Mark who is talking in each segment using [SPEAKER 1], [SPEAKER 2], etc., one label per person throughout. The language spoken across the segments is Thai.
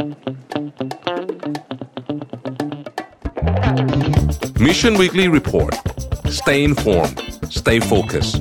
[SPEAKER 1] Mission Weekly Report Stay informed Stay focused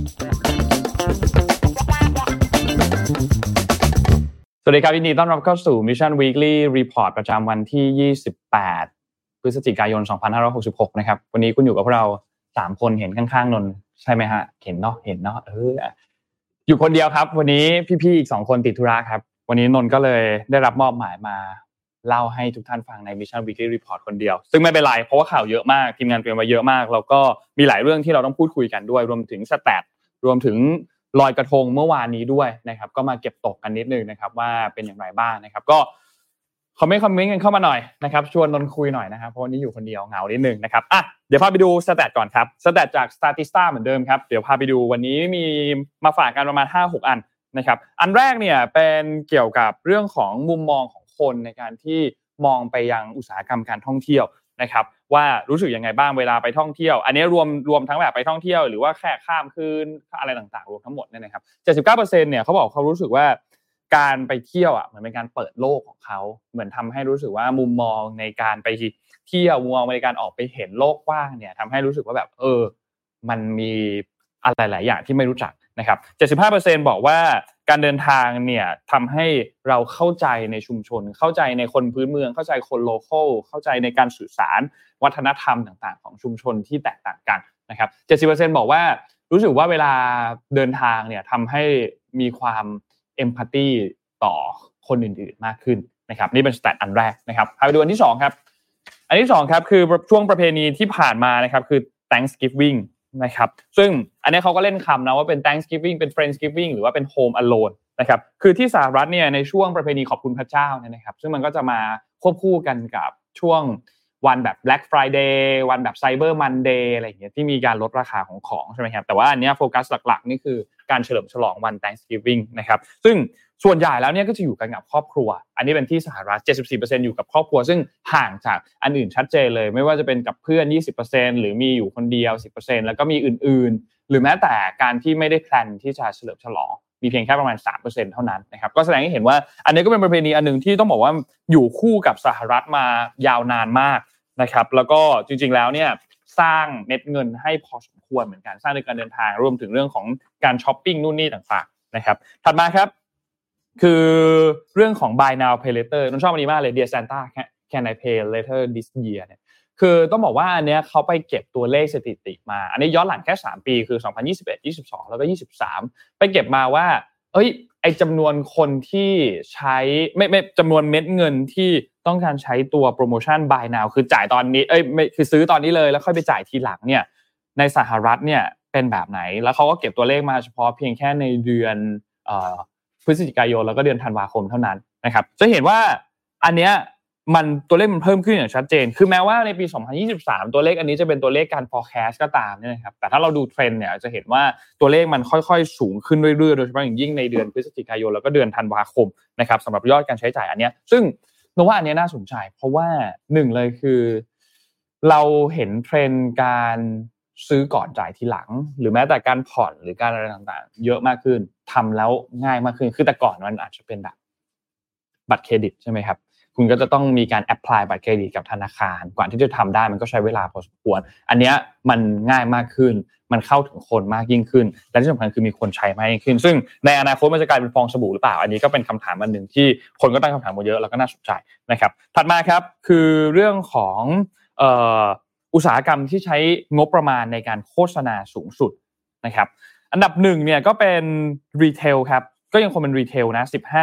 [SPEAKER 2] สวัสดีครับยินดีต้อนรับเข้าสู่ Mission Weekly Report ประจำวันที่28พฤศจิกายน2566นะครับวันนี้คุณอยู่กับพวกเรา3คนเห็นข้างๆนนท์ใช่มั้ยฮะเห็นเนาะอยู่คนเดียวครับวันนี้พี่ๆอีก2คนติดธุระครับวันนี้นนท์ก็เลยได้รับมอบหมายมาเล่าให้ทุกท่านฟังใน Mission Weekly Report คนเดียวซึ่งไม่เป็นไรเพราะว่าข่าวเยอะมากทีมงานเตรียมมาเยอะมากแล้วก็มีหลายเรื่องที่เราต้องพูดคุยกันด้วยรวมถึงสแตทรวมถึงลอยกระทงเมื่อวานนี้ด้วยนะครับก็มาเก็บตกกันนิดนึงนะครับว่าเป็นอย่างไรบ้างนะครับก็คอมเมนต์กันเข้ามาหน่อยนะครับชวนนนท์คุยหน่อยนะครับเพราะวันนี้อยู่คนเดียวเหงานิดนึงนะครับเดี๋ยวพาไปดูสแตทก่อนครับสแตทจาก Statista เหมือนเดิมครับเดี๋ยวพาไปดูวันนี้มีมาฝากกันประมาณ 5-6 อันนะครับอันแรกเนี่ยเป็นเกี่ยวกับเรื่องของมุมมองของคนในการที่มองไปยังอุตสาหกรรมการท่องเที่ยวนะครับว่ารู้สึกยังไงบ้างเวลาไปท่องเที่ยวอันนี้รวมทั้งแบบไปท่องเที่ยวหรือว่าแค่ข้ามคืนอะไรต่างๆรวมทั้งหมดเนี่ยนะครับ 79% เนี่ยเขาบอกเขารู้สึกว่าการไปเที่ยวอ่ะเหมือนเป็นการเปิดโลกของเขาเหมือนทำให้รู้สึกว่ามุมมองในการไปเที่ยวมุมมองในการออกไปเห็นโลกกว้างเนี่ยทำให้รู้สึกว่าแบบมันมีอะไรหลายอย่างที่ไม่รู้จักนะครับ 75% บอกว่าการเดินทางเนี่ยทำให้เราเข้าใจในชุมชนเข้าใจในคนพื้นเมืองเข้าใจคนโลคอลเข้าใจในการสื่อสารวัฒนธรรมต่างๆของชุมชนที่แตกต่างกันนะครับ 70% บอกว่ารู้สึกว่าเวลาเดินทางเนี่ยทำให้มีความเอมพัตตีต่อคนอื่นๆมากขึ้นนะครับนี่เป็นสแตทอันแรกนะครับพาไปดูอันที่2ครับอันที่2ครับคือช่วงประเพณีที่ผ่านมานะครับคือ Thanksgiving นะครับซึ่งอันนี้เขาก็เล่นคำนะว่าเป็น Thanksgiving เป็น Friendsgiving หรือว่าเป็น Home Alone นะครับคือที่สหรัฐเนี่ยในช่วงประเพณีขอบคุณพระเจ้าเนี่ยนะครับซึ่งมันก็จะมาควบคู่กันกับช่วงวันแบบ Black Friday วันแบบ Cyber Monday อะไรอย่างเงี้ยที่มีการลดราคาของใช่ไหมครับแต่ว่าอันเนี้ยโฟกัสหลักๆนี่คือการเฉลิมฉลองวัน Thanksgiving นะครับซึ่งส่วนใหญ่แล้วเนี่ยก็จะอยู่กันกับครอบครัวอันนี้เป็นที่สหรัฐ 74% อยู่กับครอบครัวซึ่งห่างจากอันอื่นชัดเจนเลยไม่ว่าจะเป็นกับเพื่อน 20% หรือมีอยู่คนเดียว 10% แล้วก็มีอื่นๆหรือแม้แต่การที่ไม่ได้แพลนที่จะเฉลิมฉลองมีเพียงแค่ประมาณ 3% เท่านั้นนะครับก็แสดงให้เห็นว่าอันนี้ก็เป็นประเพณีอันนึงที่ต้องบอกว่าอยู่คู่กับสหรัฐมายาวนานมากนะครับแล้วก็จริงๆแล้วเนี่ยสร้างเม็ดเงินให้พอสมควรเหมือนกันสร้างในการเดินทางรวมถึงเรื่องของการช้อปปิ้งนู่นนี่ต่างๆนะครับถัดมาครับคือเรื่องของ buy now pay later ผมชอบอันนี้มากเลย Dear Santa can I pay later this year เนี่ยคือต้องบอกว่าอันเนี้ยเขาไปเก็บตัวเลขสถิติมาอันนี้ย้อนหลังแค่3ปีคือ2021 22แล้วก็23ไปเก็บมาว่าไอ้จำนวนคนที่ใช้ไม่จำนวนเม็ดเงินที่ต้องการใช้ตัวโปรโมชั่น buy now คือจ่ายตอนนี้ไม่คือซื้อตอนนี้เลยแล้วค่อยไปจ่ายทีหลังเนี่ยในสหรัฐเนี่ยเป็นแบบไหนแล้วเขาก็เก็บตัวเลขมาเฉพาะเพียงแค่ในเดือนพฤศจิกายนแล้วก็เดือนธันวาคมเท่านั้นนะครับจะเห็นว่าอันเนี้ยมันตัวเลขมันเพิ่มขึ้นอย่างชัดเจนคือแม้ว่าในปี2023ตัวเลขอันนี้จะเป็นตัวเลขการ forecast ก็ตามเนี่ยนะครับแต่ถ้าเราดูเทรนด์เนี่ยจะเห็นว่าตัวเลขมันค่อยๆสูงขึ้นเรื่อยๆโดยเฉพาะอย่างยิ่งในเดือนพฤศจิกายนแล้วก็เดือนธันวาคมนะครับสำหรับยอดการใช้จ่ายอันเนี้ยซึ่งนึกว่าอันเนี้ยน่าสนใจเพราะว่า1เลยคือเราเห็นเทรนด์การซื้อก่อนจ่ายทีหลังหรือแม้แต่การผ่อนหรือการอะไรต่างๆเยอะมากขึ้นทำแล้วง่ายมากขึ้นคือแต่ก่อนมันอาจจะเป็นแบบบัตรเครดิตใช่ไหมครับคุณก็จะต้องมีการแอพพลายบัตรเครดิตกับธนาคารกว่าที่จะทำได้มันก็ใช้เวลาพอสมควรอันเนี้ยมันง่ายมากขึ้นมันเข้าถึงคนมากยิ่งขึ้นและที่สำคัญคือมีคนใช้มากยิ่งขึ้นซึ่งในอนาคตมันจะกลายเป็นฟองสบู่หรือเปล่าอันนี้ก็เป็นคำถามอันนึงที่คนก็ตั้งคำถามมาเยอะแล้วก็น่าสนใจนะครับถัดมาครับคือเรื่องของอุตสาหกรรมที่ใช้งบประมาณในการโฆษณาสูงสุดนะครับอันดับ1เนี่ยก็เป็นรีเทลครับก็ยังคงเป็นรีเทลนะ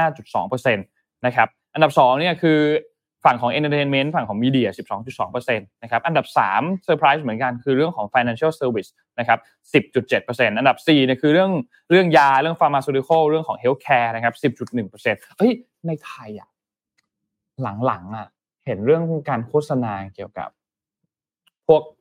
[SPEAKER 2] 15.2% นะครับอันดับ2เนี่ยคือฝั่งของ entertainment ฝั่งของ media 12.2% นะครับอันดับ3เซอร์ไพรส์เหมือนกันคือเรื่องของ financial service นะครับ 10.7% อันดับ4เนี่ยคือเรื่องยาเรื่อง pharmaceutical เรื่องของ healthcare นะครับ 10.1% เฮ้ยในไทยอ่ะหลังๆอ่ะเห็นเรื่องการโฆษณาเกี่ยวกับพวก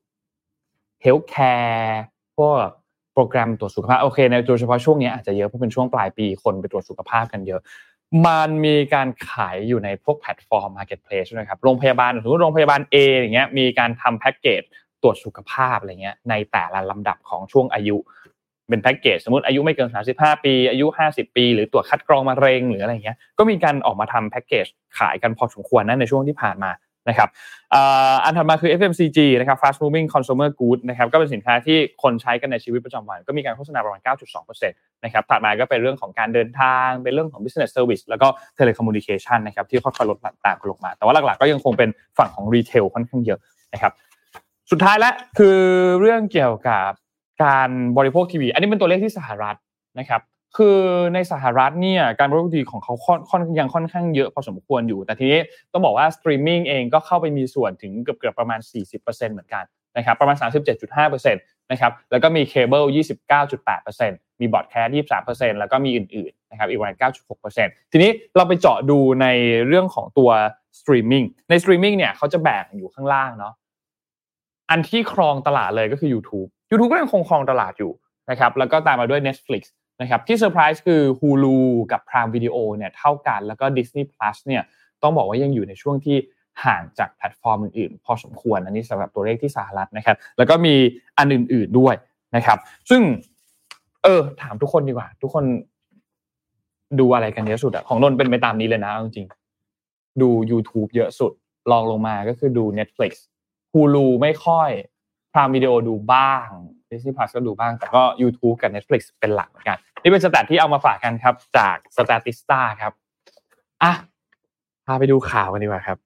[SPEAKER 2] healthcare พวกโปรแกรมตรวจสุขภาพโอเคในโดยเฉพาะช่วงนี้อาจจะเยอะเพราะเป็นช่วงปลายปีคนไปตรวจสุขภาพกันเยอะมันมีการขายอยู่ในพวกแพลตฟอร์ม marketplace ด้วยครับโรงพยาบาลสมมุติโรงพยาบาล A อย่างเงี้ยมีการทำแพ็คเกจตรวจสุขภาพอะไรเงี้ยในแต่ละลำดับของช่วงอายุเป็นแพ็คเกจสมมุติอายุไม่เกิน35ปีอายุ50ปีหรือตรวจคัดกรองมะเร็งหรืออะไรอย่างเงี้ยก็มีการออกมาทำแพ็คเกจขายกันพอสมควรนะในช่วงที่ผ่านมานะครับอันถัดมาคือ FMCG นะครับ Fast Moving Consumer Goods นะครับก็เป็นสินค้าที่คนใช้กันในชีวิตประจำวันก็มีการโฆษณาประมาณ 9.2% นะครับถัดมาก็เป็นเรื่องของการเดินทางเป็นเรื่องของ Business Service แล้วก็ Telecommunication นะครับที่ค่อยๆลดตามลงมาแต่ว่าหลักๆก็ยังคงเป็นฝั่งของ Retail ค่อนข้างเยอะนะครับสุดท้ายแล้วคือเรื่องเกี่ยวกับการบริโภคทีวีอันนี้เป็นตัวเลขที่สหรัฐนะครับคือในสหรัฐเนี่ยการบริโภคทีวีของเขายังค่อนข้างเยอะพอสมควรอยู่แต่ทีนี้ต้องบอกว่าสตรีมมิ่งเองก็เข้าไปมีส่วนถึงเกือบประมาณ 40% เหมือนกันนะครับประมาณ 37.5% นะครับแล้วก็มีเคเบิล 29.8% มีบรอดแคสต์ 23% แล้วก็มีอื่นๆนะครับอีกประมาณ 9.6% ทีนี้เราไปเจาะดูในเรื่องของตัวสตรีมมิ่งในสตรีมมิ่งเนี่ยเขาจะแบ่งอยู่ข้างล่างเนาะอันที่ครองตลาดเลยก็คือ YouTube ก็ยังคงครองตลาดอยู่นะครับแล้วก็ตามมาด้วย Netflix นะครับที่เซอร์ไพรส์คือ Hulu กับ Prime Video เนี่ยเท่ากันแล้วก็ Disney Plus เนี่ยต้องบอกว่ายังอยู่ในช่วงที่ห่างจากแพลตฟอร์มอื่นๆพอสมควรอันนี้สำหรับตัวเลขที่สหรัฐนะครับแล้วก็มีอันอื่นๆด้วยนะครับซึ่งถามทุกคนดีกว่าทุกคนดูอะไรกันเยอะสุดอะของนนท์เป็นไปตามนี้เลยนะจริงๆดู YouTube เยอะสุดรองลงมาก็คือดู Netflix Hulu ไม่ค่อย Prime Video ดูบ้าง Disney Plus ก็ดูบ้างแต่ก็ YouTube กับ Netflix เป็นหลักเหมือนกันนี่เป็นสแตทที่เอามาฝากกันครับจาก Statista ครับพาไปดูข่าวกันดีกว่าครับ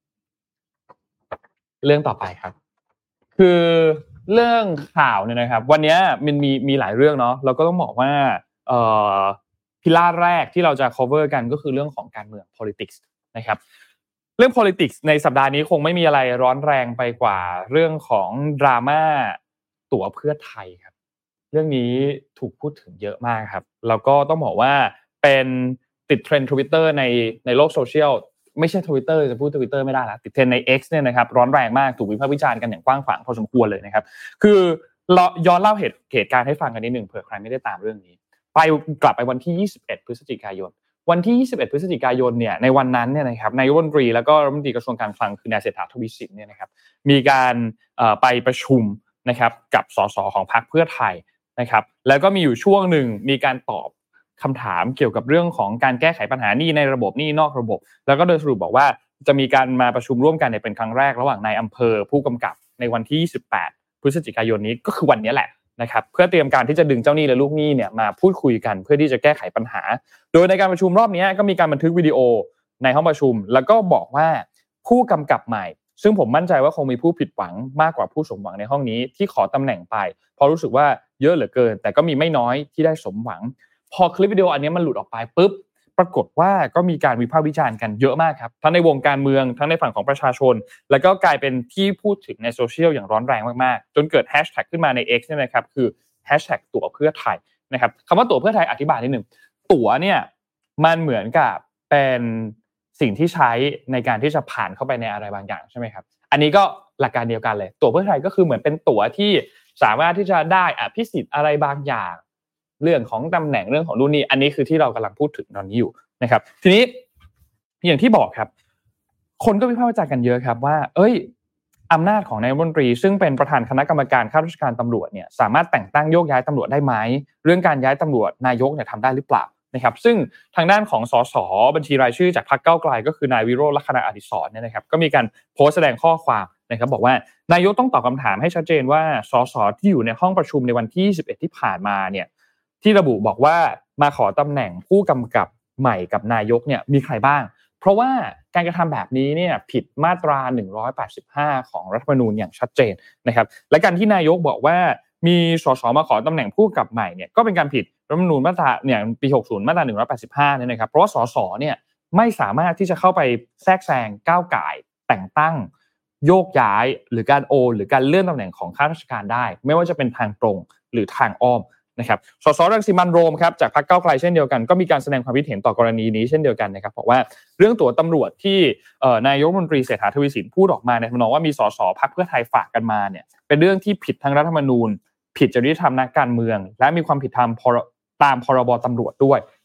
[SPEAKER 2] เรื่องต่อไปครับคือเรื่องข่าวเนี่ยนะครับวันนี้มันมีหลายเรื่องเนาะเราก็ต้องบอกว่าพิลาร์แรกที่เราจะ cover กันก็คือเรื่องของการเมือง politics นะครับเรื่อง politics ในสัปดาห์นี้คงไม่มีอะไรร้อนแรงไปกว่าเรื่องของดราม่าตั๋วเพื่อไทยครับเรื่องนี้ถูกพูดถึงเยอะมากครับแล้วก็ต้องบอกว่าเป็นติดเทรนด์ Twitter ในโลกโซเชียลไม่ใช่ Twitter จะพูด Twitter ไม่ได้แล้วติดเทรนด์ใน X เนี่ยนะครับร้อนแรงมากถูกวิพากษ์วิจารณ์กันอย่างกว้างขวางพอสมควรเลยนะครับคือเราย้อนเล่าเหตุการณ์ให้ฟังกันนิดนึงเผื่อใครไม่ได้ตามเรื่องนี้กลับไปวันที่21พฤศจิกายนวันที่21พฤศจิกายนเนี่ยในวันนั้นเนี่ยนะครับนายกรัฐมนตรีแล้วก็รัฐมนตรีกระทรวงการคลังคือนายเศรษฐาทวีสินเนี่ยนะครับมีการไปประชุมนะครับกับสสของพรรคเพื่อไทยนะครับแล้วก็มีอยู่ช่วงนึงมีการตอบคำถามเกี่ยวกับเรื่องของการแก้ไขปัญหาหนี้ในระบบหนี้นอกระบบแล้วก็โดยสรุปบอกว่าจะมีการมาประชุมร่วมกันเป็นครั้งแรกระหว่างนายอำเภอผู้กำกับในวันที่28พฤศจิกายนนี้ก็คือวันนี้แหละนะครับเพื่อเตรียมการที่จะดึงเจ้าหนี้และลูกหนี้เนี่ยมาพูดคุยกันเพื่อที่จะแก้ไขปัญหาโดยในการประชุมรอบนี้ก็มีการบันทึกวิดีโอในห้องประชุมแล้วก็บอกว่าผู้กำกับใหม่ซึ่งผมมั่นใจว่าคงมีผู้ผิดหวังมากกว่าผู้สมหวังในห้องนี้ที่ขอตำแหน่งไปเพราะรู้สึกว่าเยอะเหลือเกินแต่ก็มีไม่น้อยที่ได้สมหวังพอคลิปวิดีโออันนี้มันหลุดออกไปปุ๊บปรากฏว่าก็มีการวิพากษ์วิจารณ์กันเยอะมากครับทั้งในวงการเมืองทั้งในฝั่งของประชาชนแล้วก็กลายเป็นที่พูดถึงในโซเชียลอย่างร้อนแรงมากๆจนเกิดแฮชแท็กขึ้นมาใน X เนี่ยนะครับคือแฮชแท็กตั๋วเพื่อไทยนะครับคำว่าตั๋วเพื่อไทยอธิบายนิดนึงตั๋วเนี่ยมันเหมือนกับเป็นสิ่งที่ใช้ในการที่จะผ่านเข้าไปในอะไรบางอย่างใช่ไหมครับอันนี้ก็หลักการเดียวกันเลยตั๋วเพื่อไทยก็คือเหมือนเป็นตั๋วที่สามารถที่จะได้อภิสิทธิ์อะไรบางอย่างเรื่องของตำแหน่งเรื่องของนู่นนี่อันนี้คือที่เรากำลังพูดถึงตอนนี้อยู่นะครับทีนี้อย่างที่บอกครับคนก็วิพากษ์วิจารณ์กันเยอะครับว่าอำนาจของนายกรัฐมนตรีซึ่งเป็นประธานคณะกรรมการข้าราชการตำรวจเนี่ยสามารถแต่งตั้งโยกย้ายตำรวจได้ไหมเรื่องการย้ายตำรวจนายกเนี่ยทำได้หรือเปล่านะครับซึ่งทางด้านของสสบัญชีรายชื่อจากพรรคก้าวไกลก็คือนายวิโรจน์ลักษณะอดิศรเนี่ยนะครับก็มีการโพสต์แสดงข้อความนะครับบอกว่านายกต้องตอบคำถามให้ชัดเจนว่าสสที่อยู่ในห้องประชุมในวันที่21ที่ผ่านมาเนี่ยที่ระบุบอกว่ามาขอตำแหน่งผู้กำกับใหม่กับนายกเนี่ยมีใครบ้างเพราะว่าการกระทำแบบนี้เนี่ยผิดมาตรา185ของรัฐธรรมนูญอย่างชัดเจนนะครับและการที่นายกบอกว่ามีสสมาขอตำแหน่งผู้กำกับใหม่เนี่ยก็เป็นการผิดรัฐธรรมนูญมาตราเนี่ยปี60มาตรา185เนี่ยนะครับเพราะว่าสสเนี่ยไม่สามารถที่จะเข้าไปแทรกแซงก้าวก่ายแต่งตั้งโยกย้ายหรือการโอนหรือการเลื่อนตำแหน่งของข้าราชการได้ไม่ว่าจะเป็นทางตรงหรือทางอ้อมนะครับสสรังสิมันต์โรมครับจากพรรคก้าวไกลเช่นเดียวกันก็มีการแสดงความคิดเห็นต่อกรณีนี้เช่นเดียวกันนะครับบอกว่าเรื่องตั๋วตำรวจที่นายกรัฐมนตรีเศรษฐาทวีสินพูดออกมาในทำนองว่ามีสสพรรคเพื่อไทยฝากกันมาเนี่ยเป็นเรื่องที่ผิดทางรัฐธรรมนูญผิดจริยธรรมนักการเมืองและมีความผิดตามพรบตำรวจด้วย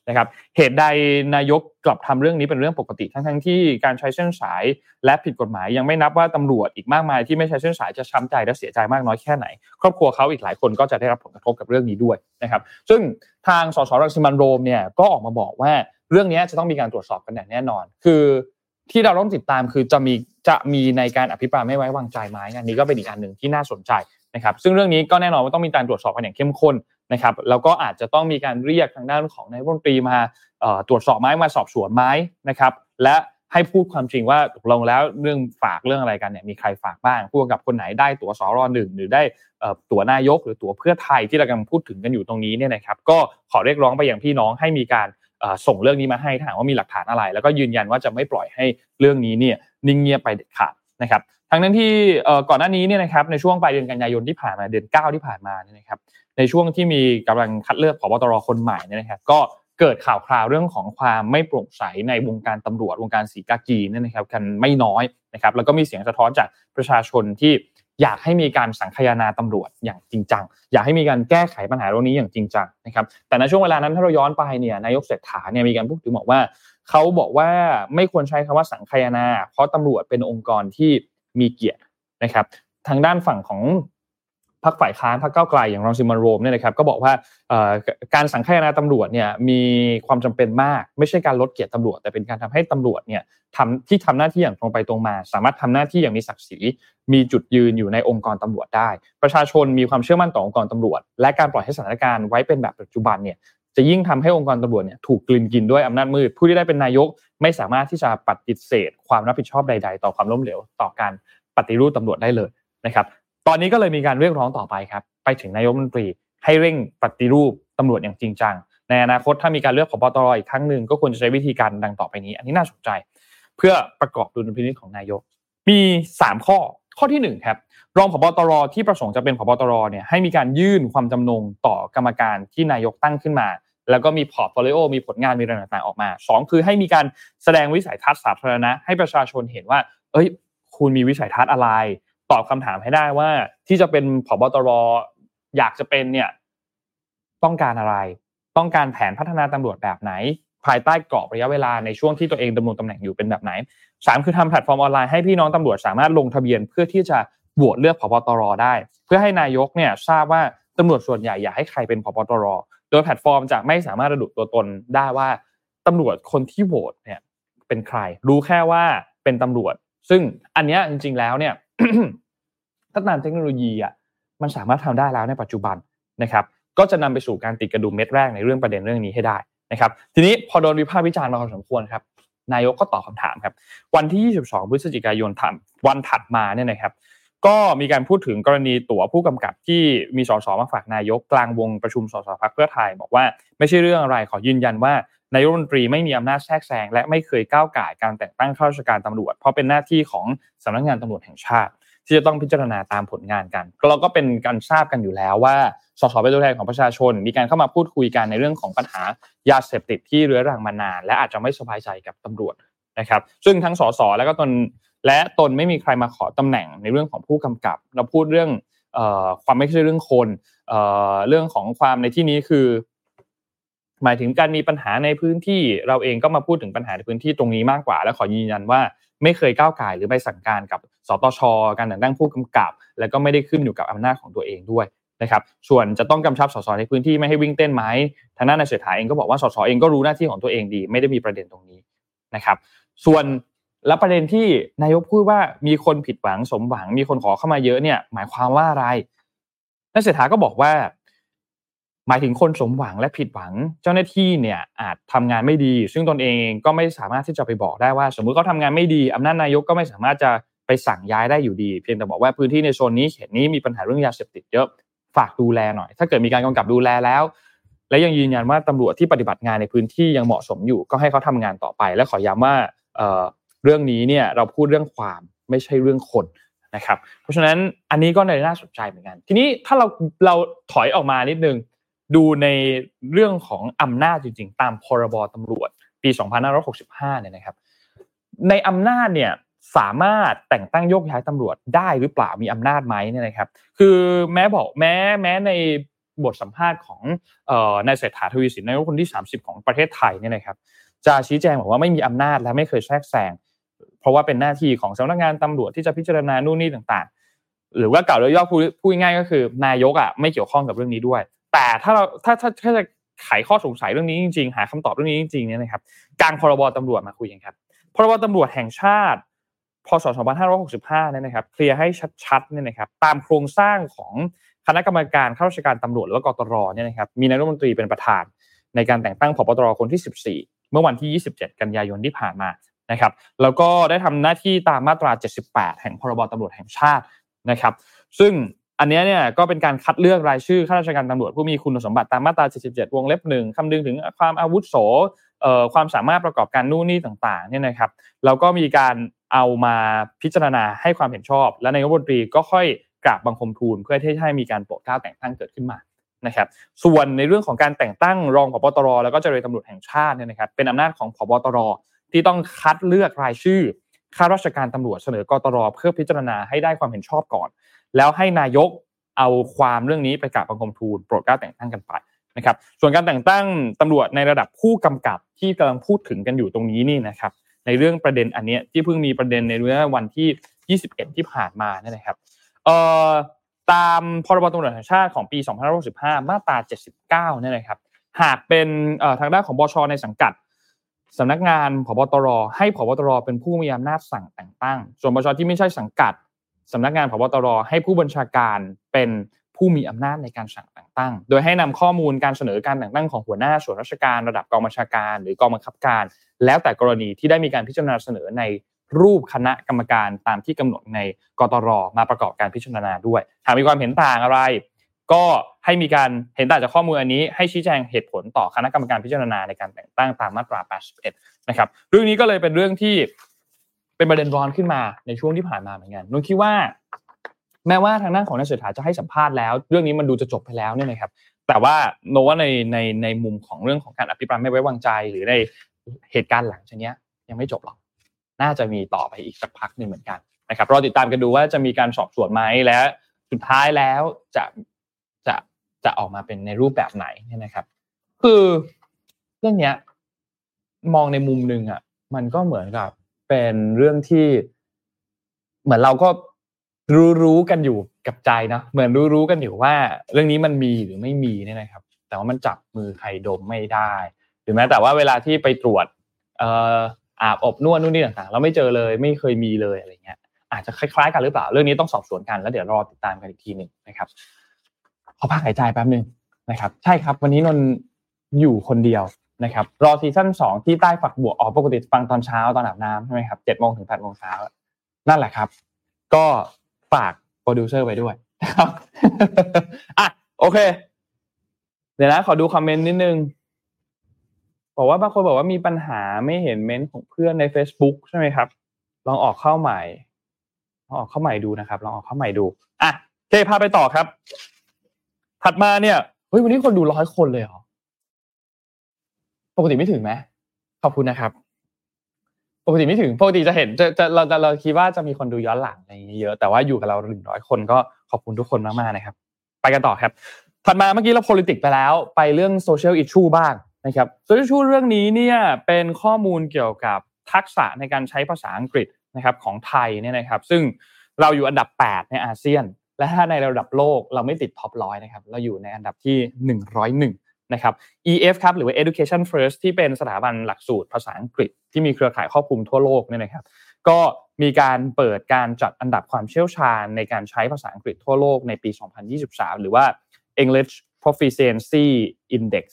[SPEAKER 2] นะครับเหตุใดนายกกลับทำเรื่องนี้เป็นเรื่องปกติทั้งที่การใช้เส้นสายและผิดกฎหมายยังไม่นับว่าตำรวจอีกมากมายที่ไม่ใช้เส้นสายจะช้ำใจและเสียใจมากน้อยแค่ไหนครอบครัวเขาอีกหลายคนก็จะได้รับผลกระทบกับเรื่องนี้ด้วยนะครับซึ่งทางสสรังสิมันต์โรมเนี่ยก็ออกมาบอกว่าเรื่องนี้จะต้องมีการตรวจสอบกันอย่างแน่นอนคือที่เราต้องติดตามคือจะมีในการอภิปรายไม่ไว้วางใจไหมอันนี้ก็เป็นอีกอันนึงที่น่าสนใจนะครับซึ่งเรื่องนี้ก็แน่นอนว่าต้องมีการตรวจสอบกันอย่างเข้มข้นนะครับแล้วก็อาจจะต้องมีการเรียกทางด้านของนายกรัฐมนตรีมาตรวจสอบไหมมาสอบสวนไหมนะครับและให้พูดความจริงว่าตกลงแล้วเรื่องฝากเรื่องอะไรกันเนี่ยมีใครฝากบ้างผู้กำกับคนไหนได้ตั๋วสร1หรือได้ตั๋วนายกหรือตั๋วเพื่อไทยที่เรากำลังพูดถึงกันอยู่ตรงนี้เนี่ยนะครับก็ขอเรียกร้องไปยังพี่น้องให้มีการส่งเรื่องนี้มาให้ถ้าหากว่ามีหลักฐานอะไรแล้วก็ยืนยันว่าจะไม่ปล่อยให้เรื่องนี้เนี่ยนิ่งเงียบไปเด็ดขาดนะครับทั้งนั้นที่ก่อนหน้านี้เนี่ยนะครับในช่วงปลายเดือนกันยายนที่ผ่านมาเดือน9ที่ผ่านมาเนี่ยนะครับในช่วงที่มีกำลังคัดเลือกผบ.ตร.คนใหม่เนี่ยนะครับก็เกิดข่าวคราวเรื่องของความไม่โปร่งใสในวงการตำรวจวงการศรีกากีเนี่ยนะครับกันไม่น้อยนะครับแล้วก็มีเสียงสะท้อนจากประชาชนที่อยากให้มีการสังคายนาตำรวจอย่างจริงจังอยากให้มีการแก้ไขปัญหาเรื่องนี้อย่างจริงจังนะครับแต่ในช่วงเวลานั้นถ้าเราย้อนไปเนี่ยนายกเศรษฐาเนี่ยมีการพูดถึงบอกว่าเขาบอกว่าไม่ควรใช้คำว่าสังคายนาเพราะตำรวจเป็นองค์กรที่มีเกียรตินะครับทางด้านฝั่งของพรรคฝ่ายค้านพรรคก้าวไกลอย่างรังสิมันต์โรมเนี่ยนะครับก็บอกว่าการสังคายนาตำรวจเนี่ยมีความจำเป็นมากไม่ใช่การลดเกียรติตำรวจแต่เป็นการทำให้ตำรวจเนี่ยทำหน้าที่อย่างตรงไปตรงมาสามารถทำหน้าที่อย่างมีศักดิ์ศรีมีจุดยืนอยู่ในองค์กรตำรวจได้ประชาชนมีความเชื่อมั่นต่อองค์กรตำรวจและการปล่อยให้สถานการณ์ไว้เป็นแบบปัจจุบันเนี่ยจะยิ่งทำให้องค์กรตำรวจเนี่ยถูกกลืนกินด้วยอำนาจมืดผู้ที่ได้เป็นนายกไม่สามารถที่จะปฏิเสธความรับผิดชอบใดๆต่อความล้มเหลวต่อการปฏิรูปตำรวจได้เลยนะครับตอนนี้ก็เลยมีการเรียกร้องต่อไปครับไปถึงนายกรัฐมนตรีให้เร่งปฏิรูปตำรวจอย่างจริงจังในอนาคตถ้ามีการเลือกผบ.ตร.อีกครั้งนึงก็ควรจะใช้วิธีการดังต่อไปนี้อันนี้น่าสนใจเพื่อประกอบดุลพินิจของนายกมี3ข้อที่1ครับรองผบ.ตร.ที่ประสงค์จะเป็นผบ.ตร.เนี่ยให้มีการยื่นความจำนงต่อกรรมการที่นายกตั้งขึ้นมาแล้วก็มีพอร์ตโฟลิโอมีผลงานมีอะไรต่างๆออกมา2คือให้มีการแสดงวิสัยทัศน์สาธารณะให้ประชาชนเห็นว่าคุณมีวิสัยทัศน์อะไรตอบคำถามให้ได้ว่าที่จะเป็นผบ.ตร.อยากจะเป็นเนี่ยต้องการอะไรต้องการแผนพัฒนาตำรวจแบบไหนภายใต้กรอบระยะเวลาในช่วงที่ตัวเองดำรงตำแหน่งอยู่เป็นแบบไหน3คือทำแพลตฟอร์มออนไลน์ให้พี่น้องตำรวจสามารถลงทะเบียนเพื่อที่จะโหวตเลือกผบ.ตร.ได้เพื่อให้นายกเนี่ยทราบว่าตำรวจส่วนใหญ่อยากให้ใครเป็นผบ.ตร.โดยแพลตฟอร์มจะไม่สามารถระบุตัวตนได้ว่าตำรวจคนที่โหวตเนี่ยเป็นใครรู้แค่ว่าเป็นตำรวจซึ่งอันเนี้ยจริงๆแล้วเนี่ย พัฒนาเทคโนโลยีอ่ะมันสามารถทำได้แล้วในปัจจุบันนะครับก็จะนำไปสู่การติดกระดุมเม็ดแรกในเรื่องประเด็นเรื่องนี้ให้ได้นะครับทีนี้พอโดนวิพากษ์วิจารณ์มาพอสมควรครับนายกก็ตอบคำถามครับวันที่22พฤศจิกายนวันถัดมาเนี่ยนะครับก็มีการพูดถึงกรณีตั๋วผู้กำกับที่มีสสมาฝากนายกกลางวงประชุมสสพรรคเพื่อไทยบอกว่าไม่ใช่เรื่องอะไรขอยืนยันว่านายกรัฐมนตรีไม่มีอำนาจแทรกแซงและไม่เคยก้าวก่ายการแต่งตั้งข้าราชการตำรวจเพราะเป็นหน้าที่ของสำนักงานตำรวจแห่งชาติที่จะต้องพิจารณาตามผลงานกันเราก็เป็นการทราบกันอยู่แล้วว่าสสเป็นตัวแทนของประชาชนมีการเข้ามาพูดคุยกันในเรื่องของปัญหายาเสพติดที่เรื้อรังมานานและอาจจะไม่สบายใจกับตำรวจนะครับซึ่งทั้งสสและก็ตนไม่มีใครมาขอตำแหน่งในเรื่องของผู้กำกับเราพูดเรื่องความไม่ใช่เรื่องคนเรื่องของความในที่นี้คือหมายถึงการมีปัญหาในพื้นที่เราเองก็มาพูดถึงปัญหาในพื้นที่ตรงนี้มากกว่าและขอยืนยันว่าไม่เคยก้าวก่ายหรือไปสั่งการกับสตช.การแต่งตั้งผู้กำกับและก็ไม่ได้ขึ้นอยู่กับอำนาจของตัวเองด้วยนะครับส่วนจะต้องกำชับสสในพื้นที่ไม่ให้วิ่งเต้นไหมทางด้านนายเศรษฐาเองก็บอกว่าสสเองก็รู้หน้าที่ของตัวเองดีไม่ได้มีประเด็นตรงนี้นะครับส่วนและประเด็นที่นายกพูดว่ามีคนผิดหวังสมหวังมีคนขอเข้ามาเยอะเนี่ยหมายความว่าอะไรนายเศรษฐาก็บอกว่าหมายถึงคนสมหวังและผิดหวังเจ้าหน้าที่เนี่ยอาจทำงานไม่ดีซึ่งตนเองก็ไม่สามารถที่จะไปบอกได้ว่าสมมุติเขาทำงานไม่ดีอำนาจนายกก็ไม่สามารถจะไปสั่งย้ายได้อยู่ดีเพียงแต่บอกว่าพื้นที่ในโซนนี้เขตนี้มีปัญหาเรื่องยาเสพติดเยอะฝากดูแลหน่อยถ้าเกิดมีการกำกับดูแลแล้วและยังยืนยันว่าตำรวจที่ปฏิบัติงานในพื้นที่ยังเหมาะสมอยู่ก็ให้เขาทำงานต่อไปและขอย้ำว่าเรื่องนี้เนี่ยเราพูดเรื่องความไม่ใช่เรื่องคนนะครับเพราะฉะนั้นอันนี้ก็น่าสนใจเหมือนกันทีนี้ถ้าเราถอยออกมานิดนึงดูในเรื่องของอำนาจจริงๆตามพรบตำรวจปี2565เนี่ยนะครับในอำนาจเนี่ยสามารถแต่งตั้งโยกย้ายตำรวจได้หรือเปล่ามีอำนาจไหมเนี่ยนะครับคือแม้ในบทสัมภาษณ์ของนายเศรษฐาทวีสินนายกคนที่30ของประเทศไทยเนี่ยนะครับจะชี้แจงบอกว่าไม่มีอำนาจและไม่เคยแทรกแซงเพราะว่าเป็นหน้าที่ของสำนักงานตำรวจที่จะพิจารณานู่นนี่ต่างๆหรือว่ากล่าวโดยย่อพูดง่ายๆก็คือนายกไม่เกี่ยวข้องกับเรื่องนี้ด้วยแต่ถ้าจะไขข้อสงสัยเรื่องนี้จริงๆหาคำตอบเรื่องนี้จริงๆเนี่ยนะครับกางพรบตำรวจมาคุยกันครับพรบตำรวจแห่งชาติพ.ศ. 2565เนี่ยนะครับเคลียร์ให้ชัดๆเนี่ยนะครับตามโครงสร้างของคณะกรรมการข้าราชการตำรวจหรือว่ากตรเนี่ยนะครับมีนายกรัฐมนตรีเป็นประธานในการแต่งตั้งผบ.ตร.คนที่14เมื่อวันที่27กันยายนที่ผ่านมานะครับแล้วก็ได้ทำหน้าที่ตามมาตรา78แห่งพรบตำรวจแห่งชาตินะครับซึ่งอันนี้เนี่ยก็เป็นการคัดเลือกรายชื่อข้าราชการตำรวจผู้มีคุณสมบัติตามมาตรา77วงเล็บ1คำนึงถึงความอาวุโสความสามารถประกอบการนู่นนี่ต่างๆเนี่ยนะครับแล้วก็มีการเอามาพิจารณาให้ความเห็นชอบและนายกรัฐมนตรีก็ค่อยกราบบังคมทูลเพื่อที่ให้มีการโปรดเกล้าแต่งตั้งเกิดขึ้นมานะครับส่วนในเรื่องของการแต่งตั้งรองผบ.ตร.แล้วก็เจรตำรวจแห่งชาติเนี่ยนะครับเป็นอำนาจของผบ.ตร.ที่ต้องคัดเลือกรายชื่อข้าราชการตำรวจเสนอกตร.เพื่อพิจารณาให้ได้ความเห็นชอบก่อนแล้วให้นายกเอาความเรื่องนี้ไปกราบบังคมทูลโปรดเกล้าแต่งตั้งกันไปนะครับส่วนการแต่งตั้งตำรวจในระดับผู้กำกับที่กำลังพูดถึงกันอยู่ตรงนี้นี่นะครับในเรื่องประเด็นอันนี้ที่เพิ่งมีประเด็นในเรื่องวันที่21ที่ผ่านมาเนี่ยนะครับตามพรบตำรวจแห่งชาติของปี2565มาตรา79เนี่ยนะครับหากเป็นทางด้านของบช.ในสังกัดสำนักงานผบ.ตร.ให้ผบ.ตร.เป็นผู้มีอำนาจสั่งแต่งตั้งส่วนบช.ที่ไม่ใช่สังกัดสำนักงานผบ.ตร.ให้ผู้บัญชาการเป็นผู้มีอำนาจในการสั่งแต่งตั้งโดยให้นำข้อมูลการเสนอการแต่งตั้งของหัวหน้าส่วนราชการระดับกองบัญชาการหรือกองบังคับการแล้วแต่กรณีที่ได้มีการพิจารณาเสนอในรูปคณะกรรมการตามที่กำหนดในกตร.มาประกอบการพิจารณาด้วยหากมีความเห็นต่างอะไรก็ให้มีการเห็นต่างจากข้อมูลอันนี้ให้ชี้แจงเหตุผลต่อคณะกรรมการพิจารณาในการแต่งตั้งตามมาตรา81นะครับเรื่องนี้ก็เลยเป็นเรื่องที่เป็นประเด็นร้อนขึ้นมาในช่วงที่ผ่านมาเหมือนกันนุ่นคิดว่าแม้ว่าทางด้านของนายเศรษฐาจะให้สัมภาษณ์แล้วเรื่องนี้มันดูจะจบไปแล้วเนี่ยนะครับแต่ว่าโน้ว่าในมุมของเรื่องของการอภิปรายไม่ไว้วางใจหรือในเหตุการณ์หลังจากนี้ยังไม่จบหรอกน่าจะมีต่อไปอีกสักพักนึงเหมือนกันนะครับรอติดตามกันดูว่าจะมีการสอบสวนไหมและสุดท้ายแล้วจะออกมาเป็นในรูปแบบไหนเนี่ยนะครับคือเรื่องนี้มองในมุมนึงมันก็เหมือนกับเป็นเรื่องที่เหมือนเราก็รู้กันอยู่กับใจนะเหมือนรู้กันอยู่ว่าเรื่องนี้มันมีหรือไม่มีเนี่ยนะครับแต่ว่ามันจับมือใครดมไม่ได้หรือแม้แต่ว่าเวลาที่ไปตรวจอาบอบนวดนู่นนี่ต่างๆเราไม่เจอเลยไม่เคยมีเลยอะไรเงี้ยอาจจะคล้ายๆกันหรือเปล่าเรื่องนี้ต้องสอบสวนกันแล้วเดี๋ยวรอติดตามกันอีกทีนึงนะครับขอพักหายใจแป๊บนึงนะครับใช่ครับวันนี้นนอยู่คนเดียวนะครับรอซีซั่น2ที่ใต้ฝักบัวปกติฟังตอนเช้าตอนอาบน้ำใช่มั้ยครับ 7:00 นถึง 8:00 นเช้านั่นแหละครับก็ฝากโปรดิวเซอร์ไว้ด้วยนะครับโอเคเดี๋ยวนะขอดูคอมเมนต์นิดนึงบอกว่าบางคนบอกว่ามีปัญหาไม่เห็นเมนต์ของเพื่อนใน Facebook ใช่ไหมครับลองออกเข้าใหม่ดูนะครับลองออกเข้าใหม่ดูโอเคพาไปต่อครับถัดมาเนี่ยเฮ้ยวันนี้คนดู100คนเลยเหรอปกติไม่ถึงไหมขอบคุณนะครับปกติไม่ถึงปกติจะเห็นจะเราคิดว่าจะมีคนดูย้อนหลังอะไรอย่างเงี้ยเยอะแต่ว่าอยู่กับเรา100คนก็ขอบคุณทุกคนมากๆนะครับไปกันต่อครับถัดมาเมื่อกี้เรา politics ไปแล้วไปเรื่อง social issue บ้างนะครับ social issue เรื่องนี้เนี่ยเป็นข้อมูลเกี่ยวกับทักษะในการใช้ภาษาอังกฤษนะครับของไทยเนี่ยนะครับซึ่งเราอยู่อันดับ8ในอาเซียนและถ้าในระดับโลกเราไม่ติดท็อป100นะครับเราอยู่ในอันดับที่101นะครับ EF ครับหรือว่า Education First ที่เป็นสถาบันหลักสูตรภาษาอังกฤษที่มีเครือข่ายครอบคลุมทั่วโลกเนี่ยนะครับก็มีการเปิดการจัดอันดับความเชี่ยวชาญในการใช้ภาษาอังกฤษทั่วโลกในปี2023หรือว่า English Proficiency Index